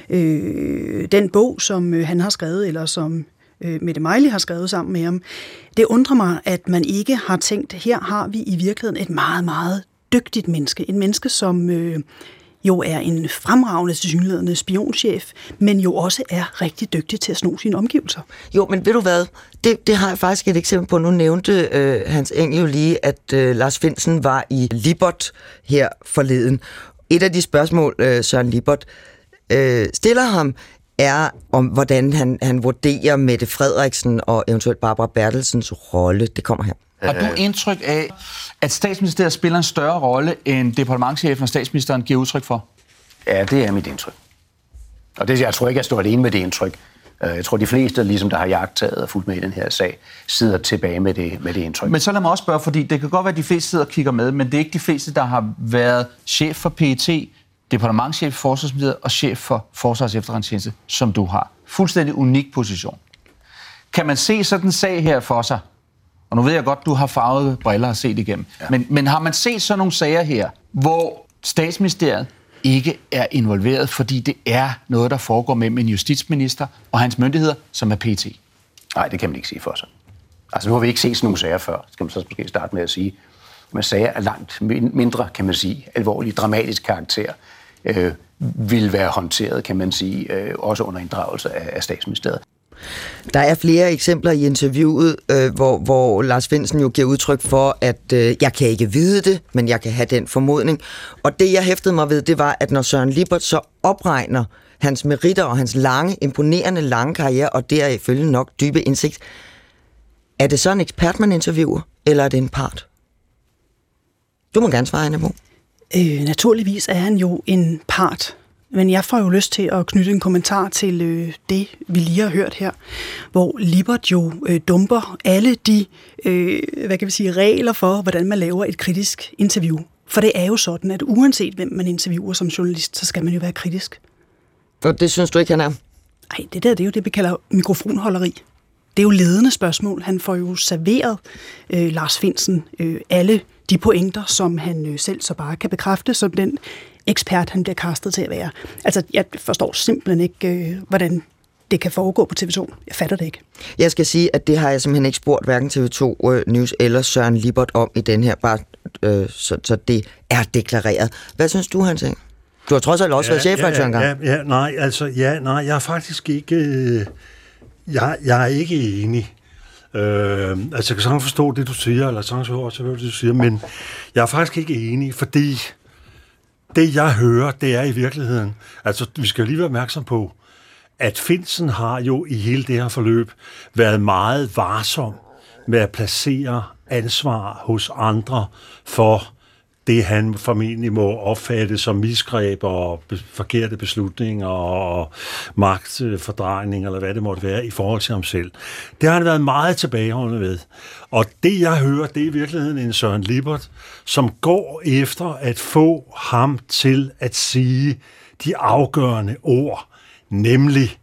øh, den bog, som øh, han har skrevet, eller som øh, Mette Meili har skrevet sammen med ham. Det undrer mig, at man ikke har tænkt, her har vi i virkeligheden et meget, meget dygtigt menneske. En menneske, som Øh, jo er en fremragende tilsyneladende spionchef, men jo også er rigtig dygtig til at sno sine omgivelser. Jo, men ved du hvad? Det, det har jeg faktisk et eksempel på. Nu nævnte øh, Hans Eng jo lige, at øh, Lars Findsen var i Libert her forleden. Et af de spørgsmål, øh, Søren Libert øh, stiller ham, er om, hvordan han, han vurderer Mette Frederiksen og eventuelt Barbara Bertelsens rolle. Det kommer her. Har du indtryk af, at statsministeriet spiller en større rolle, end departementschefen og statsministeren giver udtryk for? Ja, det er mit indtryk. Og det, jeg tror ikke, jeg står alene med det indtryk. Jeg tror, de fleste, ligesom der har jagttaget og fulgt med i den her sag, sidder tilbage med det, med det indtryk. Men så lad mig også spørge, fordi det kan godt være, at de fleste sidder og kigger med, men det er ikke de fleste, der har været chef for P E T, departementschef for Forsvarsministeriet og chef for Forsvars Efterretningstjeneste, som du har. Fuldstændig unik position. Kan man se sådan en sag her for sig? Og nu ved jeg godt, du har farvede briller at se det igennem. Ja. Men, men har man set sådan nogle sager her, hvor statsministeriet ikke er involveret, fordi det er noget, der foregår mellem en justitsminister og hans myndigheder, som er P E T? Nej, det kan man ikke sige for sig. Altså nu har vi ikke set sådan nogle sager før, skal man så måske starte med at sige. Men sager er langt mindre, kan man sige, alvorlig, dramatisk karakter, øh, vil være håndteret, kan man sige, øh, også under inddragelse af, af statsministeriet. Der er flere eksempler i interviewet, øh, hvor, hvor Lars Findsen jo giver udtryk for, at øh, jeg kan ikke vide det, men jeg kan have den formodning. Og det, jeg hæftede mig ved, det var, at når Søren Libert så opregner hans meritter og hans lange, imponerende lange karriere, og deraf følgende nok dybe indsigt, er det så en ekspert, man interviewer, eller er det en part? Du må gerne svare, Anna Mo. Øh, naturligvis er han jo en part. Men jeg får jo lyst til at knytte en kommentar til øh, det, vi lige har hørt her, hvor Libert jo øh, dumper alle de øh, hvad kan vi sige, regler for, hvordan man laver et kritisk interview. For det er jo sådan, at uanset hvem man interviewer som journalist, så skal man jo være kritisk. Og det synes du ikke, han er? Nej, det der det er jo det, vi kalder mikrofonholderi. Det er jo ledende spørgsmål. Han får jo serveret øh, Lars Findsen øh, alle de pointer, som han øh, selv så bare kan bekræfte, som den ekspert, han bliver kastet til at være. Altså, jeg forstår simpelthen ikke, øh, hvordan det kan foregå på T V to. Jeg fatter det ikke. Jeg skal sige, at det har jeg simpelthen ikke spurgt hverken T V to øh, News eller Søren Libert om i den her, bare øh, så, så det er deklareret. Hvad synes du, Hans Eng? Du har trods alt også ja, været chefredaktør engang. Ja, ja, nej, altså, ja, nej, jeg er faktisk ikke, øh, jeg, jeg er ikke enig. Øh, altså, jeg kan sagtens forstå det, du siger, eller sagtens også det, du siger, men jeg er faktisk ikke enig, fordi det, jeg hører, det er i virkeligheden, altså, vi skal jo lige være opmærksom på, at Findsen har jo i hele det her forløb været meget varsom med at placere ansvar hos andre for det, han formentlig må opfatte som misgreb og be- forkerte beslutninger og magtfordrejning, eller hvad det måtte være, i forhold til ham selv. Det har han været meget tilbageholdende ved. Og det, jeg hører, det er i virkeligheden en Søren Libert, som går efter at få ham til at sige de afgørende ord, nemlig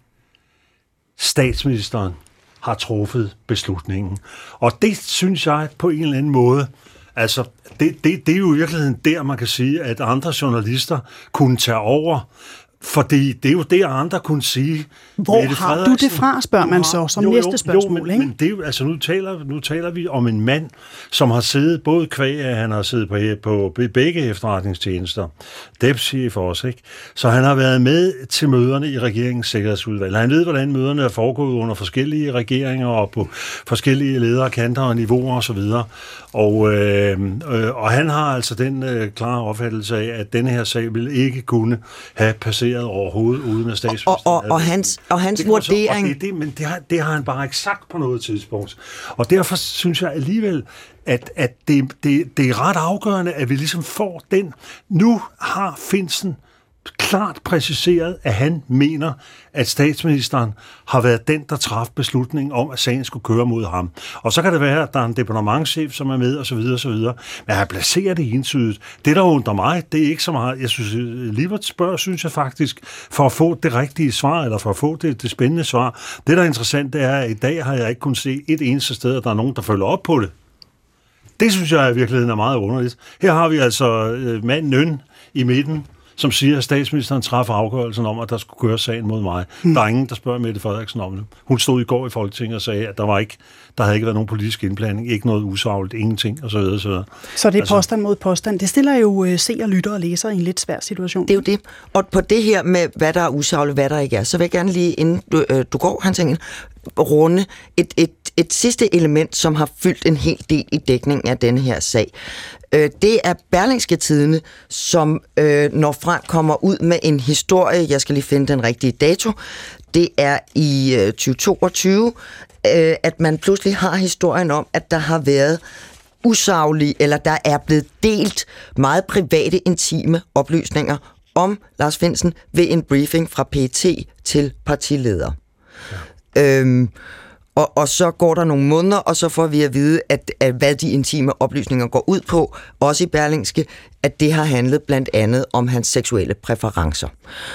statsministeren har truffet beslutningen. Og det synes jeg på en eller anden måde, altså det, det, det er jo i virkeligheden der, man kan sige, at andre journalister kunne tage over, fordi det er jo det, andre kunne sige. Hvor har du det fra, spørger man så, som jo, næste spørgsmål, jo, men, ikke? men det er jo, altså nu taler, nu taler vi om en mand, som har siddet, både kvæg, at han har siddet på, på begge efterretningstjenester, depchef også, ikke? Så han har været med til møderne i regeringens sikkerhedsudvalg. Han ved, hvordan møderne er foregået under forskellige regeringer og på forskellige ledere, kanter og niveauer osv. Og, øh, øh, og han har altså den øh, klare opfattelse af, at denne her sag vil ikke kunne have passeret overhovedet uden at statsministeren. Og, og, og hans, og hans det vurdering... Så, og det, det, men det har, det har han bare ikke sagt på noget tidspunkt. Og derfor synes jeg alligevel, at, at det, det, det er ret afgørende, at vi ligesom får den. Nu har Findsen klart præciseret, at han mener, at statsministeren har været den, der træffede beslutningen om, at sagen skulle køre mod ham. Og så kan det være, at der er en departementschef, som er med, osv. osv. Men han placerer det entydigt. Det, der undrer mig, det er ikke så meget. Jeg synes, Lippert spørger, synes jeg faktisk, for at få det rigtige svar, eller for at få det, det spændende svar. Det, der er interessant, det er, at i dag har jeg ikke kunnet se et eneste sted, at der er nogen, der følger op på det. Det synes jeg i virkeligheden er meget underligt. Her har vi altså øh, manden Nøn i midten, som siger, at statsministeren træffer afgørelsen om, at der skulle køre sagen mod mig. Mm. Der er ingen, der spørger Mette Frederiksen om det. Hun stod i går i Folketinget og sagde, at der var ikke, der havde ikke været nogen politisk indblanding, ikke noget usagligt, ingenting, osv. Så, så. så det er altså, påstand mod påstand. Det stiller jo uh, seere, lytter og læsere i en lidt svær situation. Det er jo det. Og på det her med, hvad der er usagligt, hvad der ikke er, så vil jeg gerne lige, inden du, øh, du går, Hans Engel, runde et, et, et sidste element, som har fyldt en hel del i dækningen af denne her sag. Øh, det er Berlingske Tidende, som øh, når frem kommer ud med en historie, jeg skal lige finde den rigtige dato, det er i øh, tyve toogtyve, øh, at man pludselig har historien om, at der har været usaglige, eller der er blevet delt meget private, intime oplysninger om Lars Findsen ved en briefing fra P E T til partileder. Ja. Øhm, og, og så går der nogle måneder, og så får vi at vide, at, at hvad de intime oplysninger går ud på, også i Berlingske, at det har handlet blandt andet om hans seksuelle præferencer.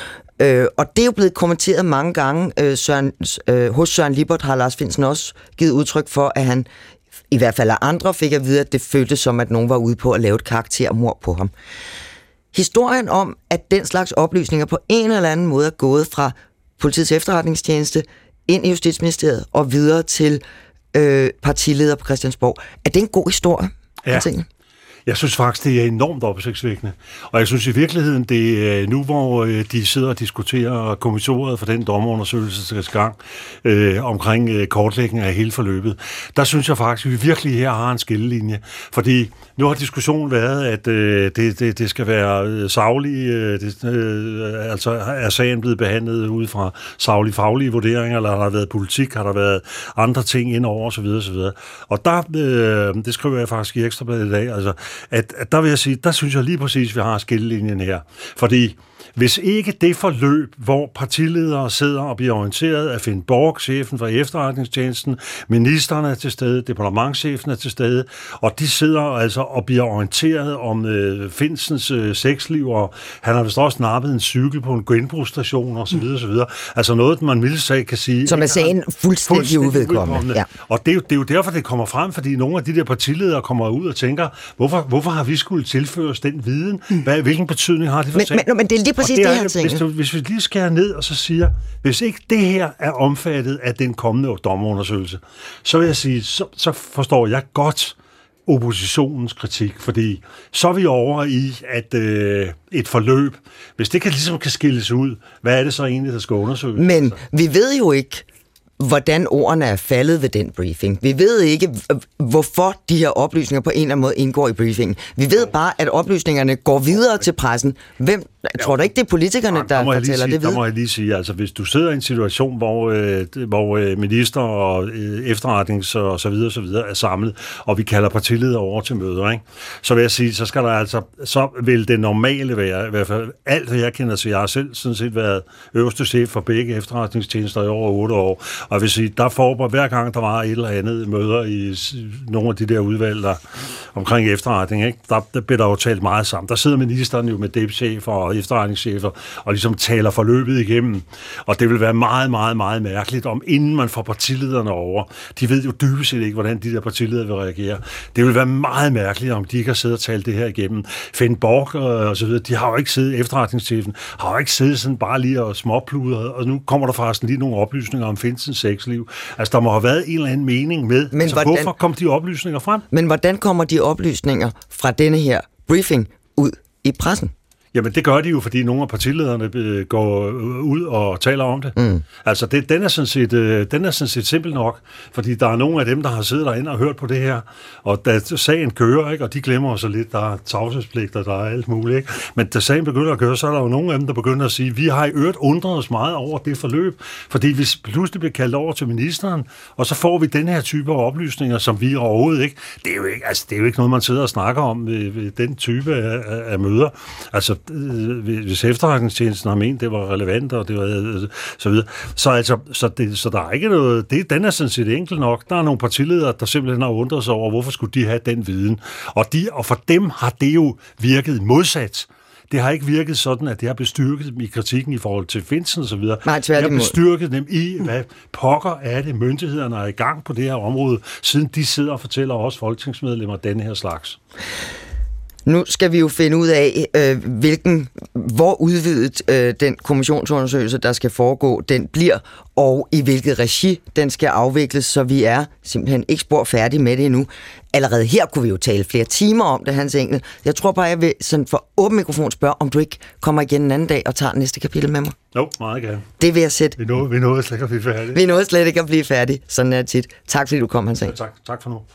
Øh, og det er jo blevet kommenteret mange gange. Øh, Søren, øh, hos Søren Lippert har Lars Findsen også givet udtryk for, at han i hvert fald af andre fik at vide, at det føltes som, at nogen var ude på at lave et karaktermord på ham. Historien om, at den slags oplysninger på en eller anden måde er gået fra Politiets Efterretningstjeneste ind i Justitsministeriet og videre til øh, partileder på Christiansborg. Er det en god historie? Ja. Jeg synes faktisk, det er enormt opsigtsvækkende. Og jeg synes i virkeligheden, det er nu, hvor de sidder og diskuterer kommissoriet for den dommerundersøgelse, der skal gang øh, omkring øh, kortlægning af hele forløbet, der synes jeg faktisk, at vi virkelig her har en skillelinje. Fordi nu har diskussionen været, at øh, det, det, det skal være saglige, øh, det, øh, altså er sagen blevet behandlet ud fra saglige faglige vurderinger, eller har der været politik, har der været andre ting indover osv. osv. Og der, øh, det skriver jeg faktisk i Ekstrabladet i dag, altså At, at der vil jeg sige, der synes jeg lige præcis, at vi har skillelinjen her. Fordi hvis ikke det forløb, hvor partiledere sidder og bliver orienteret af Finn Borg, chefen for efterretningstjenesten, ministeren er til stede, departementschefen er til stede, og de sidder altså og bliver orienteret om øh, Findsens øh, sexliv, og han har vist også nappet en cykel på en genbrugsstation osv. osv. Altså noget, man mildt sagt kan sige... Som er sagen fuldstændig, fuldstændig uvedkommende. Ja. Og det er, jo, det er jo derfor, det kommer frem, fordi nogle af de der partiledere kommer ud og tænker, hvorfor, hvorfor har vi skulle tilføres den viden? Hvad, hvilken betydning har det for sagen? Men, men, men det er lige præcis det, det her, hvis, du, hvis vi lige skærer ned og så siger, hvis ikke det her er omfattet af den kommende dommerundersøgelse, så vil jeg sige, så, så forstår jeg godt oppositionens kritik, fordi så er vi over i, at øh, et forløb, hvis det kan, ligesom kan skilles ud, hvad er det så egentlig, der skal undersøges? Men vi ved jo ikke, hvordan ordene er faldet ved den briefing. Vi ved ikke, hvorfor de her oplysninger på en eller anden måde indgår i briefingen. Vi ved bare, at oplysningerne går videre til pressen. Hvem, tror du ikke, det er politikerne, der, der fortæller sige, det videre? Der må jeg lige sige, altså hvis du sidder i en situation, hvor, øh, hvor øh, minister og øh, efterretnings og så videre, så videre er samlet, og vi kalder partileder over til møder, ikke? Så vil jeg sige, så skal der altså, så vil det normale være, i hvert fald alt, hvad jeg kender til, jeg har selv sådan set været øverste chef for begge efterretningstjenester i over otte år, og jeg vil sige, der foregår hver gang, der var et eller andet møder i nogle af de der udvalg, der omkring efterretning, ikke? Der, der bliver der jo talt meget sammen. Der sidder ministeren jo med D E P-chefer og efterretningschefer og ligesom taler forløbet igennem. Og det vil være meget, meget, meget mærkeligt, om inden man får partilederne over, de ved jo dybest set ikke, hvordan de der partiledere vil reagere. Det vil være meget mærkeligt, om de ikke har siddet og talt det her igennem. Finn Borg og så videre, de har jo ikke siddet, efterretningschefen har jo ikke siddet sådan bare lige og småpludret, og nu kommer der faktisk lige nogle oplysninger om Findsens sexliv. Altså, der må have været en eller anden mening med. Men altså, hvordan, hvorfor kom de oplysninger frem? Men hvordan kommer de oplysninger fra denne her briefing ud i pressen? Jamen, det gør de jo, fordi nogle af partilederne går ud og taler om det. Mm. Altså, det, den, er sådan set, den er sådan set simpel nok, fordi der er nogle af dem, der har siddet derinde og hørt på det her, og da sagen kører, ikke, og de glemmer så lidt, der er tavshedspligter, der er alt muligt, ikke? Men da sagen begynder at køre, så er der jo nogle af dem, der begynder at sige, vi har i øvrigt undret os meget over det forløb, fordi vi pludselig bliver kaldt over til ministeren, og så får vi den her type af oplysninger, som vi overhovedet ikke, det er jo ikke, altså, det er jo ikke noget, man sidder og snakker om ved, ved den type af, af, af møder. Altså, hvis efterretningstjenesten har ment, det var relevant, og det var så videre. Så, altså, så, det, så der er ikke noget... Det, den er sådan set enkelt nok. Der er nogle partiledere, der simpelthen har undret sig over, hvorfor skulle de have den viden. Og, de, og for dem har det jo virket modsat. Det har ikke virket sådan, at det har bestyrket dem i kritikken i forhold til Finsen og så videre. Nej, det har bestyrket dem i, hvad pokker er det, myndighederne er i gang på det her område, siden de sidder og fortæller os folketingsmedlemmer denne her slags. Nu skal vi jo finde ud af, øh, hvilken, hvor udvidet øh, den kommissionsundersøgelse, der skal foregå, den bliver, og i hvilket regi den skal afvikles, så vi er simpelthen ikke spor færdige med det endnu. Allerede her kunne vi jo tale flere timer om det, Hans Engel. Jeg tror bare, jeg vil sådan for åben mikrofon spørge, om du ikke kommer igen en anden dag og tager næste kapitel med mig. Jo, meget gerne. Det vil jeg sætte. Vi nåede, vi nåede slet ikke at blive færdige. Vi nåede slet ikke at blive færdige. Sådan er det tit. Tak fordi du kom, Hans Engel. Ja, tak. Tak for nu.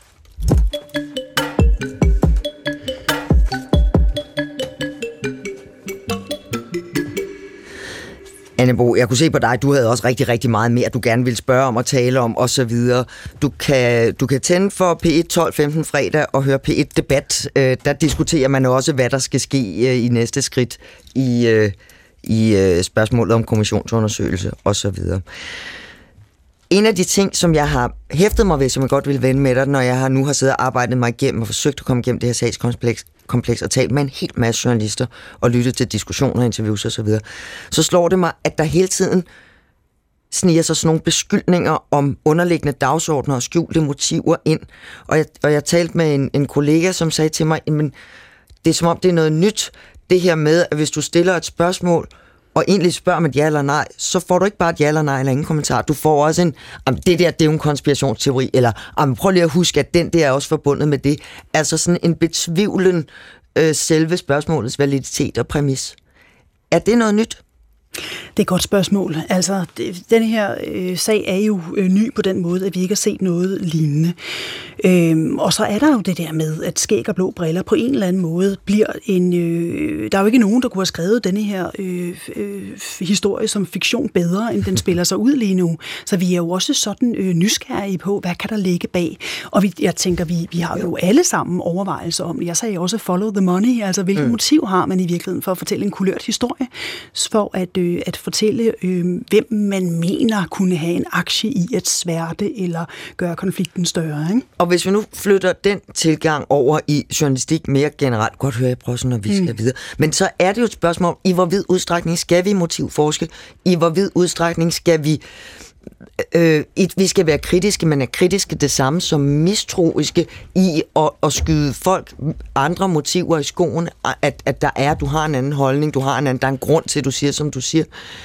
Anne Bro, jeg kunne se på dig, du havde også rigtig, rigtig meget mere, du gerne ville spørge om og tale om osv. Du kan, du kan tænde for P et tolv femten fredag og høre P et Debat. Der diskuterer man også, hvad der skal ske i næste skridt i, i spørgsmålet om kommissionsundersøgelse osv. En af de ting, som jeg har hæftet mig ved, som jeg godt vil vende med dig, når jeg har nu har siddet og arbejdet mig igennem og forsøgt at komme igennem det her sagskompleks, kompleks og talt med en helt masse journalister og lyttet til diskussioner, interviews og så videre, så slår det mig, at der hele tiden sniger sig sådan nogle beskyldninger om underliggende dagsordner og skjulte motiver ind. Og jeg, og jeg talte med en, en kollega, som sagde til mig, men det er som om det er noget nyt, det her med, at hvis du stiller et spørgsmål, og egentlig spørger om et ja eller nej, så får du ikke bare et ja eller nej eller ingen kommentar. Du får også en, det der, det er jo en konspirationsteori, eller prøv lige at huske, at den der er også forbundet med det. Altså sådan en betvivlen øh, selve spørgsmålets validitet og præmis. Er det noget nyt? Det er et godt spørgsmål. Altså, det, den her øh, sag er jo øh, ny på den måde, at vi ikke har set noget lignende. Øhm, og så er der jo det der med, at skæg og blå briller på en eller anden måde bliver en... Øh, der er jo ikke nogen, der kunne have skrevet denne her øh, øh, historie som fiktion bedre, end den spiller sig ud lige nu. Så vi er jo også sådan øh, nysgerrige på, hvad kan der ligge bag? Og vi, jeg tænker, vi, vi har jo alle sammen overvejelser om, jeg sagde også follow the money, altså hvilket mm. motiv har man i virkeligheden for at fortælle en kulørt historie, for at øh, at fortælle, øh, hvem man mener kunne have en aktie i at sværte eller gøre konflikten større. Ikke? Og hvis vi nu flytter den tilgang over i journalistik mere generelt, godt høre, jeg prøver sådan, når vi skal mm. videre, men så er det jo et spørgsmål, i hvor vid udstrækning skal vi motivforske? I hvor vid udstrækning skal vi Øh, et, vi skal være kritiske, men er kritiske det samme som mistroiske i at, at skyde folk andre motiver i skoene, at, at der er, du har en anden holdning, du har en anden, der er en grund til, at du siger, som du siger.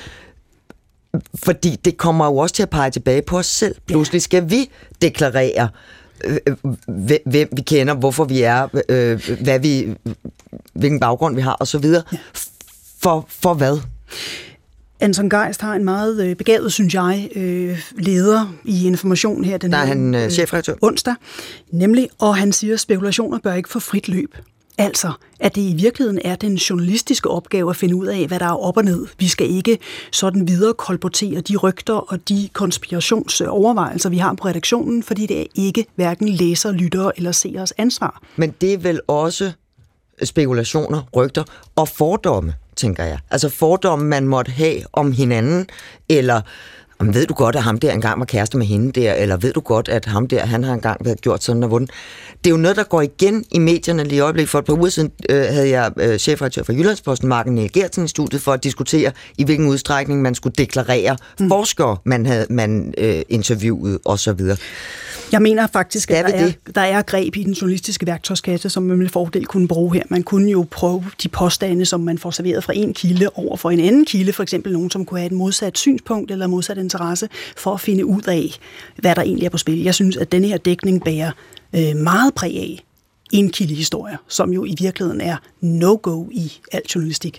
Fordi det kommer jo også til at pege tilbage på os selv. Pludselig skal vi deklarere, øh, hvem vi kender, hvorfor vi er, øh, hvad vi, hvilken baggrund vi har, og så videre. For, for hvad? Anton Geist har en meget øh, begavet, synes jeg, øh, leder i Information her den Der er han øh, chefredaktør. onsdag, nemlig, og han siger, at spekulationer bør ikke få frit løb. Altså, at det i virkeligheden er den journalistiske opgave at finde ud af, hvad der er op og ned. Vi skal ikke sådan videre kolportere de rygter og de konspirationsovervejelser, vi har på redaktionen, fordi det er ikke hverken læser, lyttere eller seers ansvar. Men det er vel også spekulationer, rygter og fordomme, tænker jeg. Altså fordomme, man måtte have om hinanden, eller om ved du godt, at ham der engang var kæreste med hende der, eller ved du godt, at ham der, han har engang været gjort sådan og hvordan. Det er jo noget, der går igen i medierne lige i øjeblikket. For et par uger siden øh, havde jeg øh, chefredaktør for Jyllandsposten, Marken Niel Geertsen, i studiet for at diskutere, i hvilken udstrækning man skulle deklarere mm. forskere, man havde man øh, interviewet osv. Jeg mener faktisk, at der er, der er greb i den journalistiske værktøjskasse, som man med fordel kunne bruge her. Man kunne jo prøve de påstande, som man får serveret fra en kilde over for en anden kilde, for eksempel nogen, som kunne have et modsat synspunkt eller modsat interesse, for at finde ud af, hvad der egentlig er på spil. Jeg synes, at denne her dækning bærer øh, meget præg af enkildehistorier, som jo i virkeligheden er no-go i al journalistik.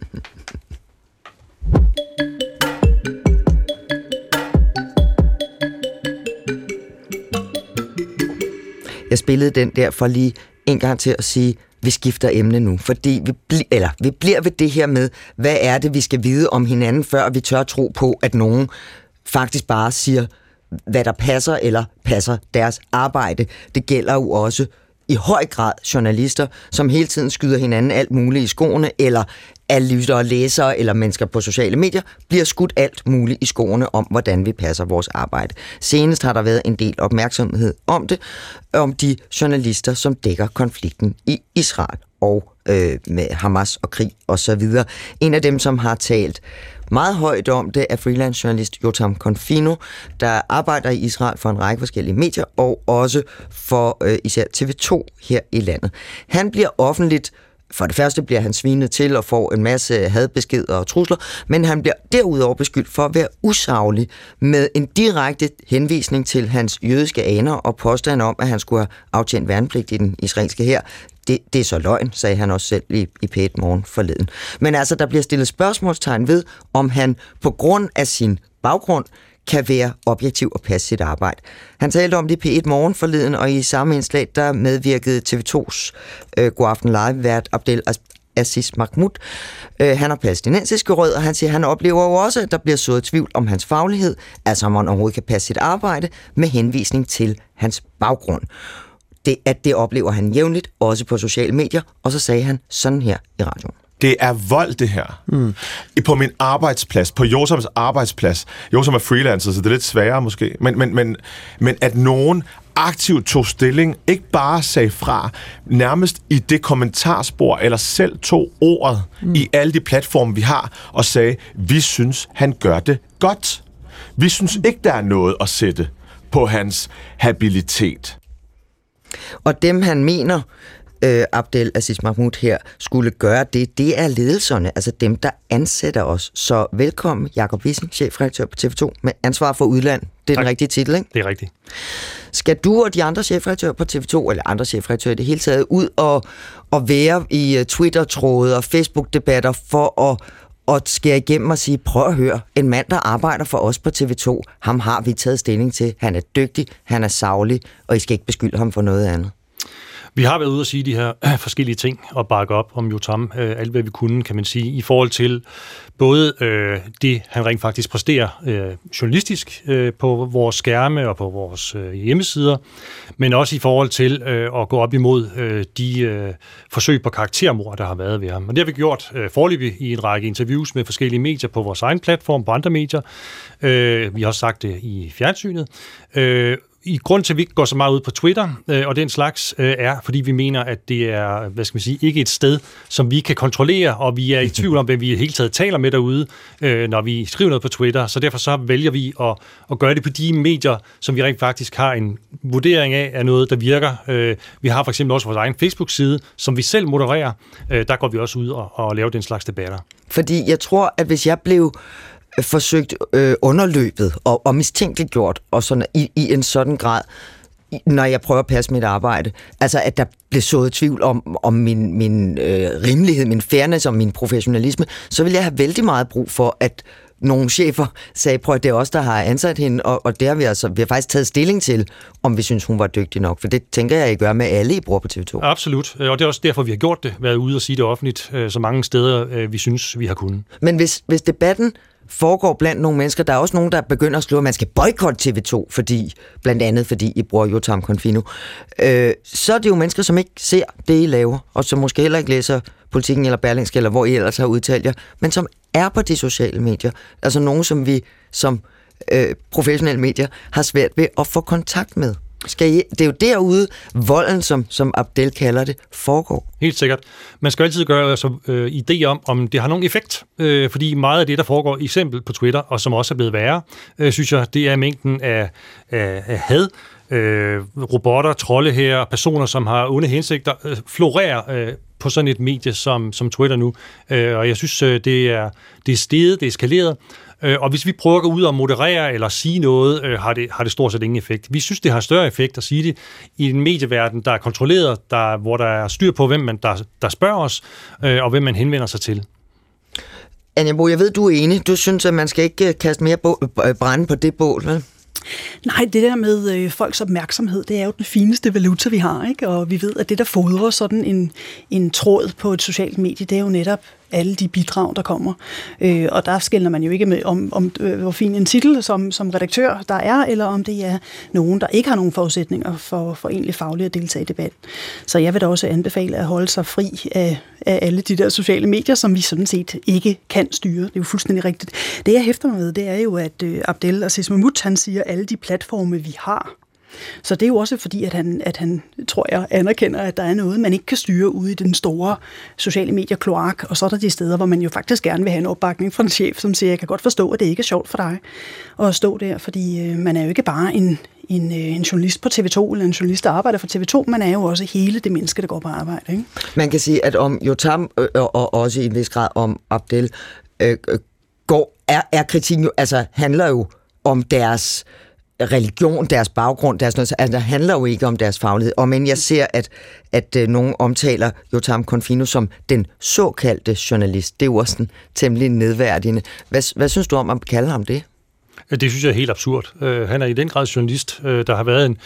Jeg spillede den der for lige en gang til at sige, vi skifter emne nu, fordi vi, bl- eller, vi bliver ved det her med, hvad er det, vi skal vide om hinanden, før vi tør tro på, at nogen faktisk bare siger, hvad der passer eller passer deres arbejde. Det gælder jo også i høj grad journalister, som hele tiden skyder hinanden alt muligt i skoene, eller analytikere, læsere eller mennesker på sociale medier bliver skudt alt muligt i skoene om, hvordan vi passer vores arbejde. Senest har der været en del opmærksomhed om det, om de journalister, som dækker konflikten i Israel og øh, med Hamas og krig osv. En af dem, som har talt meget højt om det, er freelance journalist Yotam Confino, der arbejder i Israel for en række forskellige medier, og også for øh, især T V to her i landet. Han bliver offentligt For det første bliver han svinet til og får en masse hadbeskeder og trusler, men han bliver derudover beskyldt for at være usaglig med en direkte henvisning til hans jødiske aner og påstand om, at han skulle have aftjent værnepligt i den israelske hær. Det, det er så løgn, sagde han også selv i, i P et Morgen forleden. Men altså, der bliver stillet spørgsmålstegn ved, om han på grund af sin baggrund kan være objektiv og passe sit arbejde. Han talte om det i P et Morgen forleden, og i samme indslag, der medvirkede T V tos øh, Godaften Live-vært Abdel Aziz Mahmoud. Øh, han har palæstinensiske rødder, og han siger, at han oplever jo også, at der bliver sået tvivl om hans faglighed, altså om han overhovedet kan passe sit arbejde, med henvisning til hans baggrund. Det, at det oplever han jævnligt, også på sociale medier, og så sagde han sådan her i radioen. Det er vold, det her. Mm. På min arbejdsplads, på Josams arbejdsplads. Josam er freelancer, så det er lidt sværere måske. Men, men, men, men at nogen aktivt tog stilling, ikke bare sagde fra, nærmest i det kommentarspor, eller selv tog ordet mm. i alle de platforme, vi har, og sagde, vi synes, han gør det godt. Vi synes ikke, der er noget at sætte på hans habilitet. Og dem, han mener, øh, Abdel Aziz Mahmoud her, skulle gøre det, det er ledelserne, altså dem, der ansætter os. Så velkommen, Jacob Wissing, chefredaktør på T V to, med ansvar for udland. Det er tak. Den rigtige titel, ikke? Det er rigtigt. Skal du og de andre chefredaktører på T V to, eller andre chefredaktører i det hele taget, ud og, og være i Twitter-tråde og Facebook-debatter for at og skære igennem og sige, prøv at høre, en mand, der arbejder for os på T V to, ham har vi taget stilling til. Han er dygtig, han er saglig, og I skal ikke beskylde ham for noget andet. Vi har været ude at sige de her øh, forskellige ting og bakke op om Yotam, øh, alt hvad vi kunne, kan man sige, i forhold til både øh, det, han rent faktisk præsterer øh, journalistisk øh, på vores skærme og på vores øh, hjemmesider, men også i forhold til øh, at gå op imod øh, de øh, forsøg på karaktermord, der har været ved ham. Og det har vi gjort øh, foreløbig i en række interviews med forskellige medier på vores egen platform, på andre medier. Øh, vi har også sagt det i fjernsynet. Øh, I grund til, at vi ikke går så meget ud på Twitter øh, og den slags, øh, er, fordi vi mener, at det er, hvad skal man sige, ikke et sted, som vi kan kontrollere, og vi er i tvivl om, hvad vi i hele taget taler med derude, øh, når vi skriver noget på Twitter. Så derfor så vælger vi at, at gøre det på de medier, som vi rent faktisk har en vurdering af, er noget, der virker. Øh, vi har for eksempel også vores egen Facebook-side, som vi selv modererer. Øh, der går vi også ud og, og laver den slags debatter. Fordi jeg tror, at hvis jeg blev forsøgt øh, underløbet og, og mistænkeliggjort og sådan, i, i en sådan grad, når jeg prøver at passe mit arbejde. Altså, at der blev sået tvivl om, om min, min øh, rimelighed, min fairness og min professionalisme, så vil jeg have vældig meget brug for, at nogle chefer sagde, prøv at det er os, der har ansat hende, og, og det har vi altså, vi har faktisk taget stilling til, om vi synes, hun var dygtig nok. For det tænker jeg, I gør med alle, I bruger på T V to. Absolut, og det er også derfor, vi har gjort det, været ude og sige det offentligt, så mange steder, vi synes, vi har kunnet. Men hvis, hvis debatten foregår blandt nogle mennesker, der er også nogen, der begynder at slå, at man skal boykotte T V to, fordi, blandt andet fordi I bruger Yotam Confino, øh, så er det jo mennesker, som ikke ser det, I laver, og som måske heller ikke læser Politikken eller Berlingske, eller hvor I ellers har udtalt jer, men som er på de sociale medier. Altså nogen, som vi som øh, professionelle medier har svært ved at få kontakt med. Skal I, det er jo derude, volden, som, som Abdel kalder det, foregår. Helt sikkert. Man skal altid gøre altså, øh, idé om, om det har nogen effekt, øh, fordi meget af det, der foregår eksempel på Twitter, og som også er blevet værre, øh, synes jeg, det er mængden af, af, af had, øh, robotter, trolde her, personer, som har onde hensigter, øh, florerer øh, på sådan et medie som, som Twitter nu. Øh, og jeg synes, øh, det er, det er steget, det er eskaleret. Og hvis vi prøver at gå ud og moderere eller sige noget, øh, har, det, har det stort set ingen effekt. Vi synes, det har større effekt at sige det i en medieverden, der er kontrolleret, der, hvor der er styr på, hvem man der, der spørger os, øh, og hvem man henvender sig til. Anja Bo, jeg ved, du er enig. Du synes, at man skal ikke kaste mere bo- brænde på det bål, vel? Nej, det der med øh, folks opmærksomhed, det er jo den fineste valuta, vi har, ikke? Og vi ved, at det, der fodrer sådan en, en tråd på et socialt medie, det er jo netop alle de bidrag, der kommer. Øh, og der skiller man jo ikke med, om, om øh, hvor fin en titel som, som redaktør der er, eller om det er nogen, der ikke har nogen forudsætninger for, for egentlig fagligt at deltage i debat. Så jeg vil da også anbefale at holde sig fri af, af alle de der sociale medier, som vi sådan set ikke kan styre. Det er jo fuldstændig rigtigt. Det, jeg hæfter mig med, det er jo, at øh, Abdel Aziz Mahmoud, han siger, alle de platforme, vi har. Så det er jo også fordi, at han, at han, tror jeg, anerkender, at der er noget, man ikke kan styre ude i den store sociale medier-kloak, og så er der de steder, hvor man jo faktisk gerne vil have en opbakning fra en chef, som siger, jeg kan godt forstå, at det ikke er sjovt for dig at stå der, fordi øh, man er jo ikke bare en, en, en journalist på T V to, eller en journalist, der arbejder for T V to, man er jo også hele det menneske, der går på arbejde. Ikke? Man kan sige, at om Yotam, øh, og også i en vis grad om Abdel, øh, går, er, er kritikken jo, altså handler jo om deres religion, deres baggrund, deres noget, altså, det handler jo ikke om deres faglighed. Og men jeg ser, at, at uh, nogen omtaler Yotam Confino som den såkaldte journalist. Det er jo også sådan temmelig nedværdigende. Hvad, hvad synes du om at kalde ham det? Det synes jeg er helt absurd. Uh, han er i den grad journalist. Uh, der har været en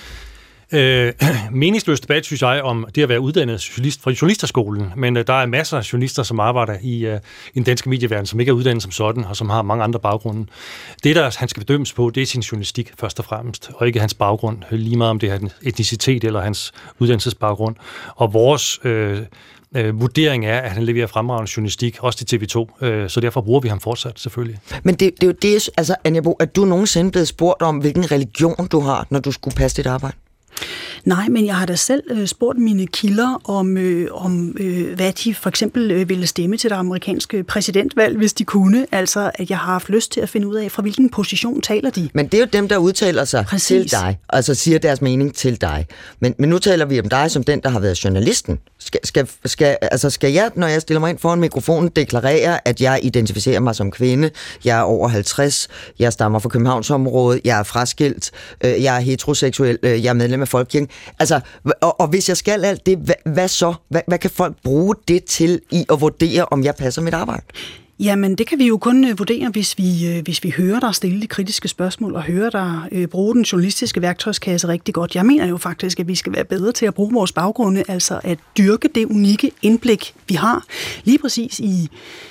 Øh, meningsløs debat, synes jeg, om det at være uddannet journalist fra journalisterskolen, men øh, der er masser af journalister, som arbejder i, øh, i den danske medieverden, som ikke er uddannet som sådan, og som har mange andre baggrunde. Det, der han skal bedømmes på, det er sin journalistik først og fremmest, og ikke hans baggrund, lige meget om det er hans etnicitet eller hans uddannelsesbaggrund. Og vores øh, øh, vurdering er, at han leverer fremragende journalistik, også til T V to, øh, så derfor bruger vi ham fortsat, selvfølgelig. Men det, det er jo det, altså Anja Bo, at du nogensinde blevet spurgt om, hvilken religion du har, når du skulle passe dit arbejde? Nej, men jeg har da selv øh, spurgt mine kilder om, øh, om øh, hvad de for eksempel øh, ville stemme til det amerikanske præsidentvalg, hvis de kunne. Altså, at jeg har haft lyst til at finde ud af, fra hvilken position taler de. Men det er jo dem, der udtaler sig Præcis. til dig, altså siger deres mening til dig. Men, men nu taler vi om dig som den, der har været journalisten. Skal, skal, skal, altså skal jeg, når jeg stiller mig ind foran mikrofonen, deklarere, at jeg identificerer mig som kvinde, jeg er over halvtreds, jeg stammer fra Københavnsområdet, jeg er fraskilt, øh, jeg er heteroseksuel, øh, jeg er medlem af Folkekirken. Altså, og, og hvis jeg skal alt det, hvad, hvad så? Hvad, hvad kan folk bruge det til i at vurdere, om jeg passer mit arbejde? Jamen, det kan vi jo kun uh, vurdere, hvis vi, uh, hvis vi hører dig stille de kritiske spørgsmål, og hører dig uh, bruge den journalistiske værktøjskasse rigtig godt. Jeg mener jo faktisk, at vi skal være bedre til at bruge vores baggrunde, altså at dyrke det unikke indblik, vi har. Lige præcis i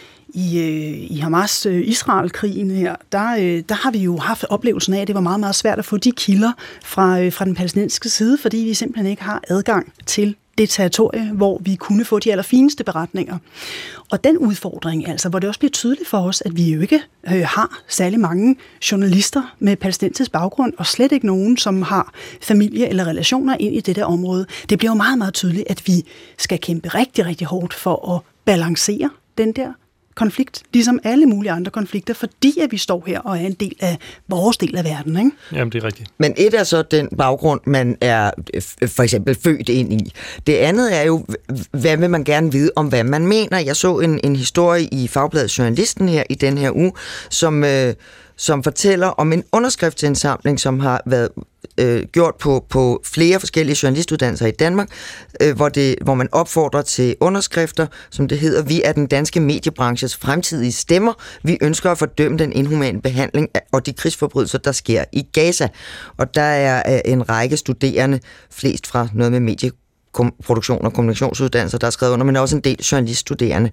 I, i Hamas-Israel-krigen her, der, der har vi jo haft oplevelsen af, at det var meget, meget svært at få de kilder fra, fra den palæstinensiske side, fordi vi simpelthen ikke har adgang til det territorie, hvor vi kunne få de allerfineste beretninger. Og den udfordring, altså, hvor det også bliver tydeligt for os, at vi jo ikke øh, har særlig mange journalister med palæstinensisk baggrund, og slet ikke nogen, som har familie eller relationer ind i det der område. Det bliver jo meget, meget tydeligt, at vi skal kæmpe rigtig, rigtig hårdt for at balancere den der konflikt, ligesom alle mulige andre konflikter, fordi at vi står her og er en del af vores del af verden, ikke? Jamen, det er rigtigt. Men et er så den baggrund, man er for eksempel født ind i. Det andet er jo, hvad vil man gerne vide om, hvad man mener. Jeg så en, en historie i Fagbladet Journalisten her i den her uge, som, øh, som fortæller om en underskriftsindsamling, som har været øh, gjort på, på flere forskellige journalistuddannelser i Danmark, øh, hvor, det, hvor man opfordrer til underskrifter, som det hedder, vi er den danske mediebranches fremtidige stemmer. Vi ønsker at fordømme den inhumane behandling og de krigsforbrydelser, der sker i Gaza. Og der er øh, en række studerende, flest fra noget med medieproduktion og kommunikationsuddannelser, der er skrevet under, men også en del journaliststuderende.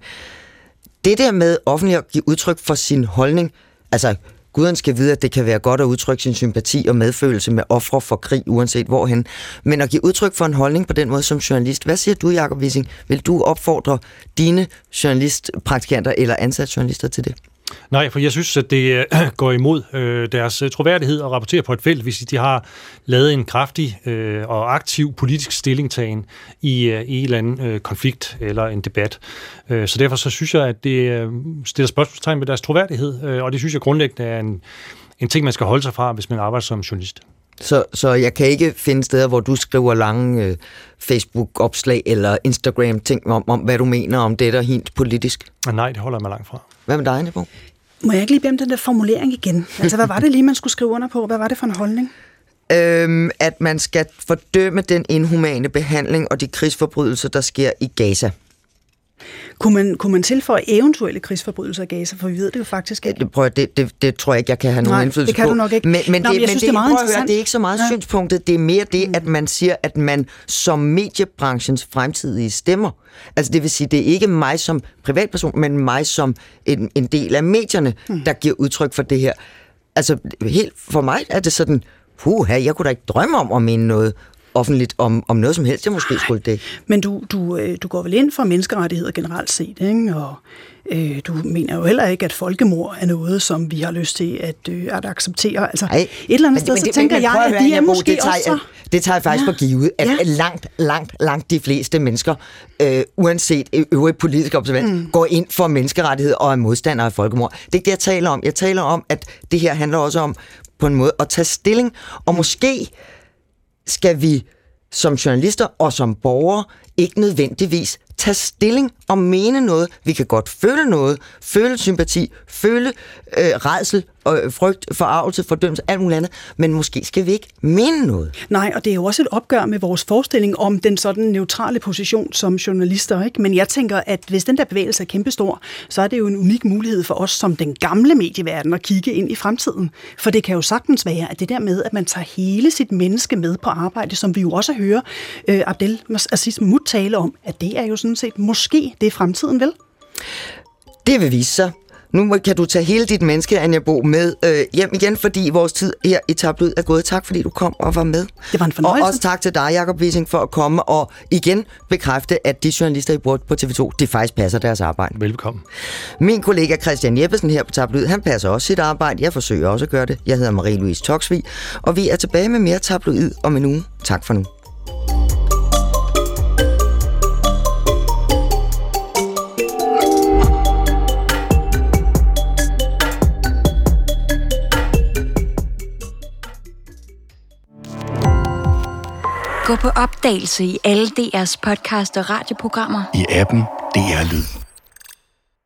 Det der med offentligt at give udtryk for sin holdning, altså Guderne skal vide, at det kan være godt at udtrykke sin sympati og medfølelse med ofre for krig, uanset hvorhen. Men at give udtryk for en holdning på den måde som journalist. Hvad siger du, Jacob Wissing? Vil du opfordre dine journalistpraktikanter eller ansatte journalister til det? Nej, for jeg synes, at det går imod øh, deres troværdighed at rapportere på et felt, hvis de har lavet en kraftig øh, og aktiv politisk stillingtagen i, øh, i en eller anden øh, konflikt eller en debat. Øh, så derfor så synes jeg, at det øh, stiller spørgsmålstegn med deres troværdighed, øh, og det synes jeg grundlæggende er en, en ting, man skal holde sig fra, hvis man arbejder som journalist. Så, så jeg kan ikke finde steder, hvor du skriver lange øh, Facebook-opslag eller Instagram-ting om, om, hvad du mener om det der helt politisk? Nej, det holder jeg mig langt fra. Hvad med dig, Nebo? Må jeg ikke lige bede om den der formulering igen? Altså, hvad var det lige, man skulle skrive under på? Hvad var det for en holdning? Øhm, at man skal fordømme den inhumane behandling og de krigsforbrydelser, der sker i Gaza. Kunne man, kunne man tilføje eventuelle krigsforbrydelser i Gaza, for vi ved det jo faktisk ikke. Det, prøv, det, det, det tror jeg ikke, jeg kan have nogen Nej, indflydelse på. det kan på. du nok ikke. Men, men, Nå, det, men jeg men synes, det, det er meget prøv at høre, interessant. det er ikke så meget Ja. synspunktet, det er mere det, at man siger, at man som mediebranchens fremtidige stemmer, altså det vil sige, det er ikke mig som privatperson, men mig som en, en del af medierne, hmm. der giver udtryk for det her. Altså helt for mig er det sådan, puha, jeg kunne da ikke drømme om at mene noget offentligt om, om noget som helst, jeg måske skulle det. Men du, du, du går vel ind for menneskerettigheder generelt set, ikke? Og øh, du mener jo heller ikke, at folkemord er noget, som vi har lyst til at, øh, at acceptere. Altså, Ej, et eller andet men, sted, men, så men, tænker men, jeg, prøv at høre, de er Anja Bo, måske det tager, også... Det tager jeg faktisk Ja. for givet, at Ja. langt, langt, langt de fleste mennesker, øh, uanset øvrige politiske observans, mm. går ind for menneskerettigheder og er modstandere af folkemord. Det er ikke det, jeg taler om. Jeg taler om, at det her handler også om, på en måde, at tage stilling, og måske skal vi som journalister og som borgere ikke nødvendigvis tage stilling og mene noget. Vi kan godt føle noget, føle sympati, føle øh, rædsel, øh, frygt, forarvelse, fordømmelse, alt muligt andet, men måske skal vi ikke mene noget. Nej, og det er jo også et opgør med vores forestilling om den sådan neutrale position som journalister, ikke? Men jeg tænker, at hvis den der bevægelse er kæmpestor, så er det jo en unik mulighed for os som den gamle medieverden at kigge ind i fremtiden. For det kan jo sagtens være, at det der med, at man tager hele sit menneske med på arbejde, som vi jo også hører øh, Abdel Aziz Mahmoud tale om, at det er jo sådan set måske det er fremtiden, vel? Det vil vise sig. Nu kan du tage hele dit menneske, Anja Bo, med øh, hjem igen, fordi vores tid her i Tabloid er gået. Tak, fordi du kom og var med. Det var en fornøjelse. Og også tak til dig, Jacob Wissing, for at komme og igen bekræfte, at de journalister, I bruger på T V to, de faktisk passer deres arbejde. Velkommen. Min kollega Christian Jeppesen her på Tabloid, han passer også sit arbejde. Jeg forsøger også at gøre det. Jeg hedder Marie-Louise Toksvig, og vi er tilbage med mere Tabloid om en uge. Tak for nu. Gå på opdagelse i alle D R's podcast og radioprogrammer. I appen D R Lyd.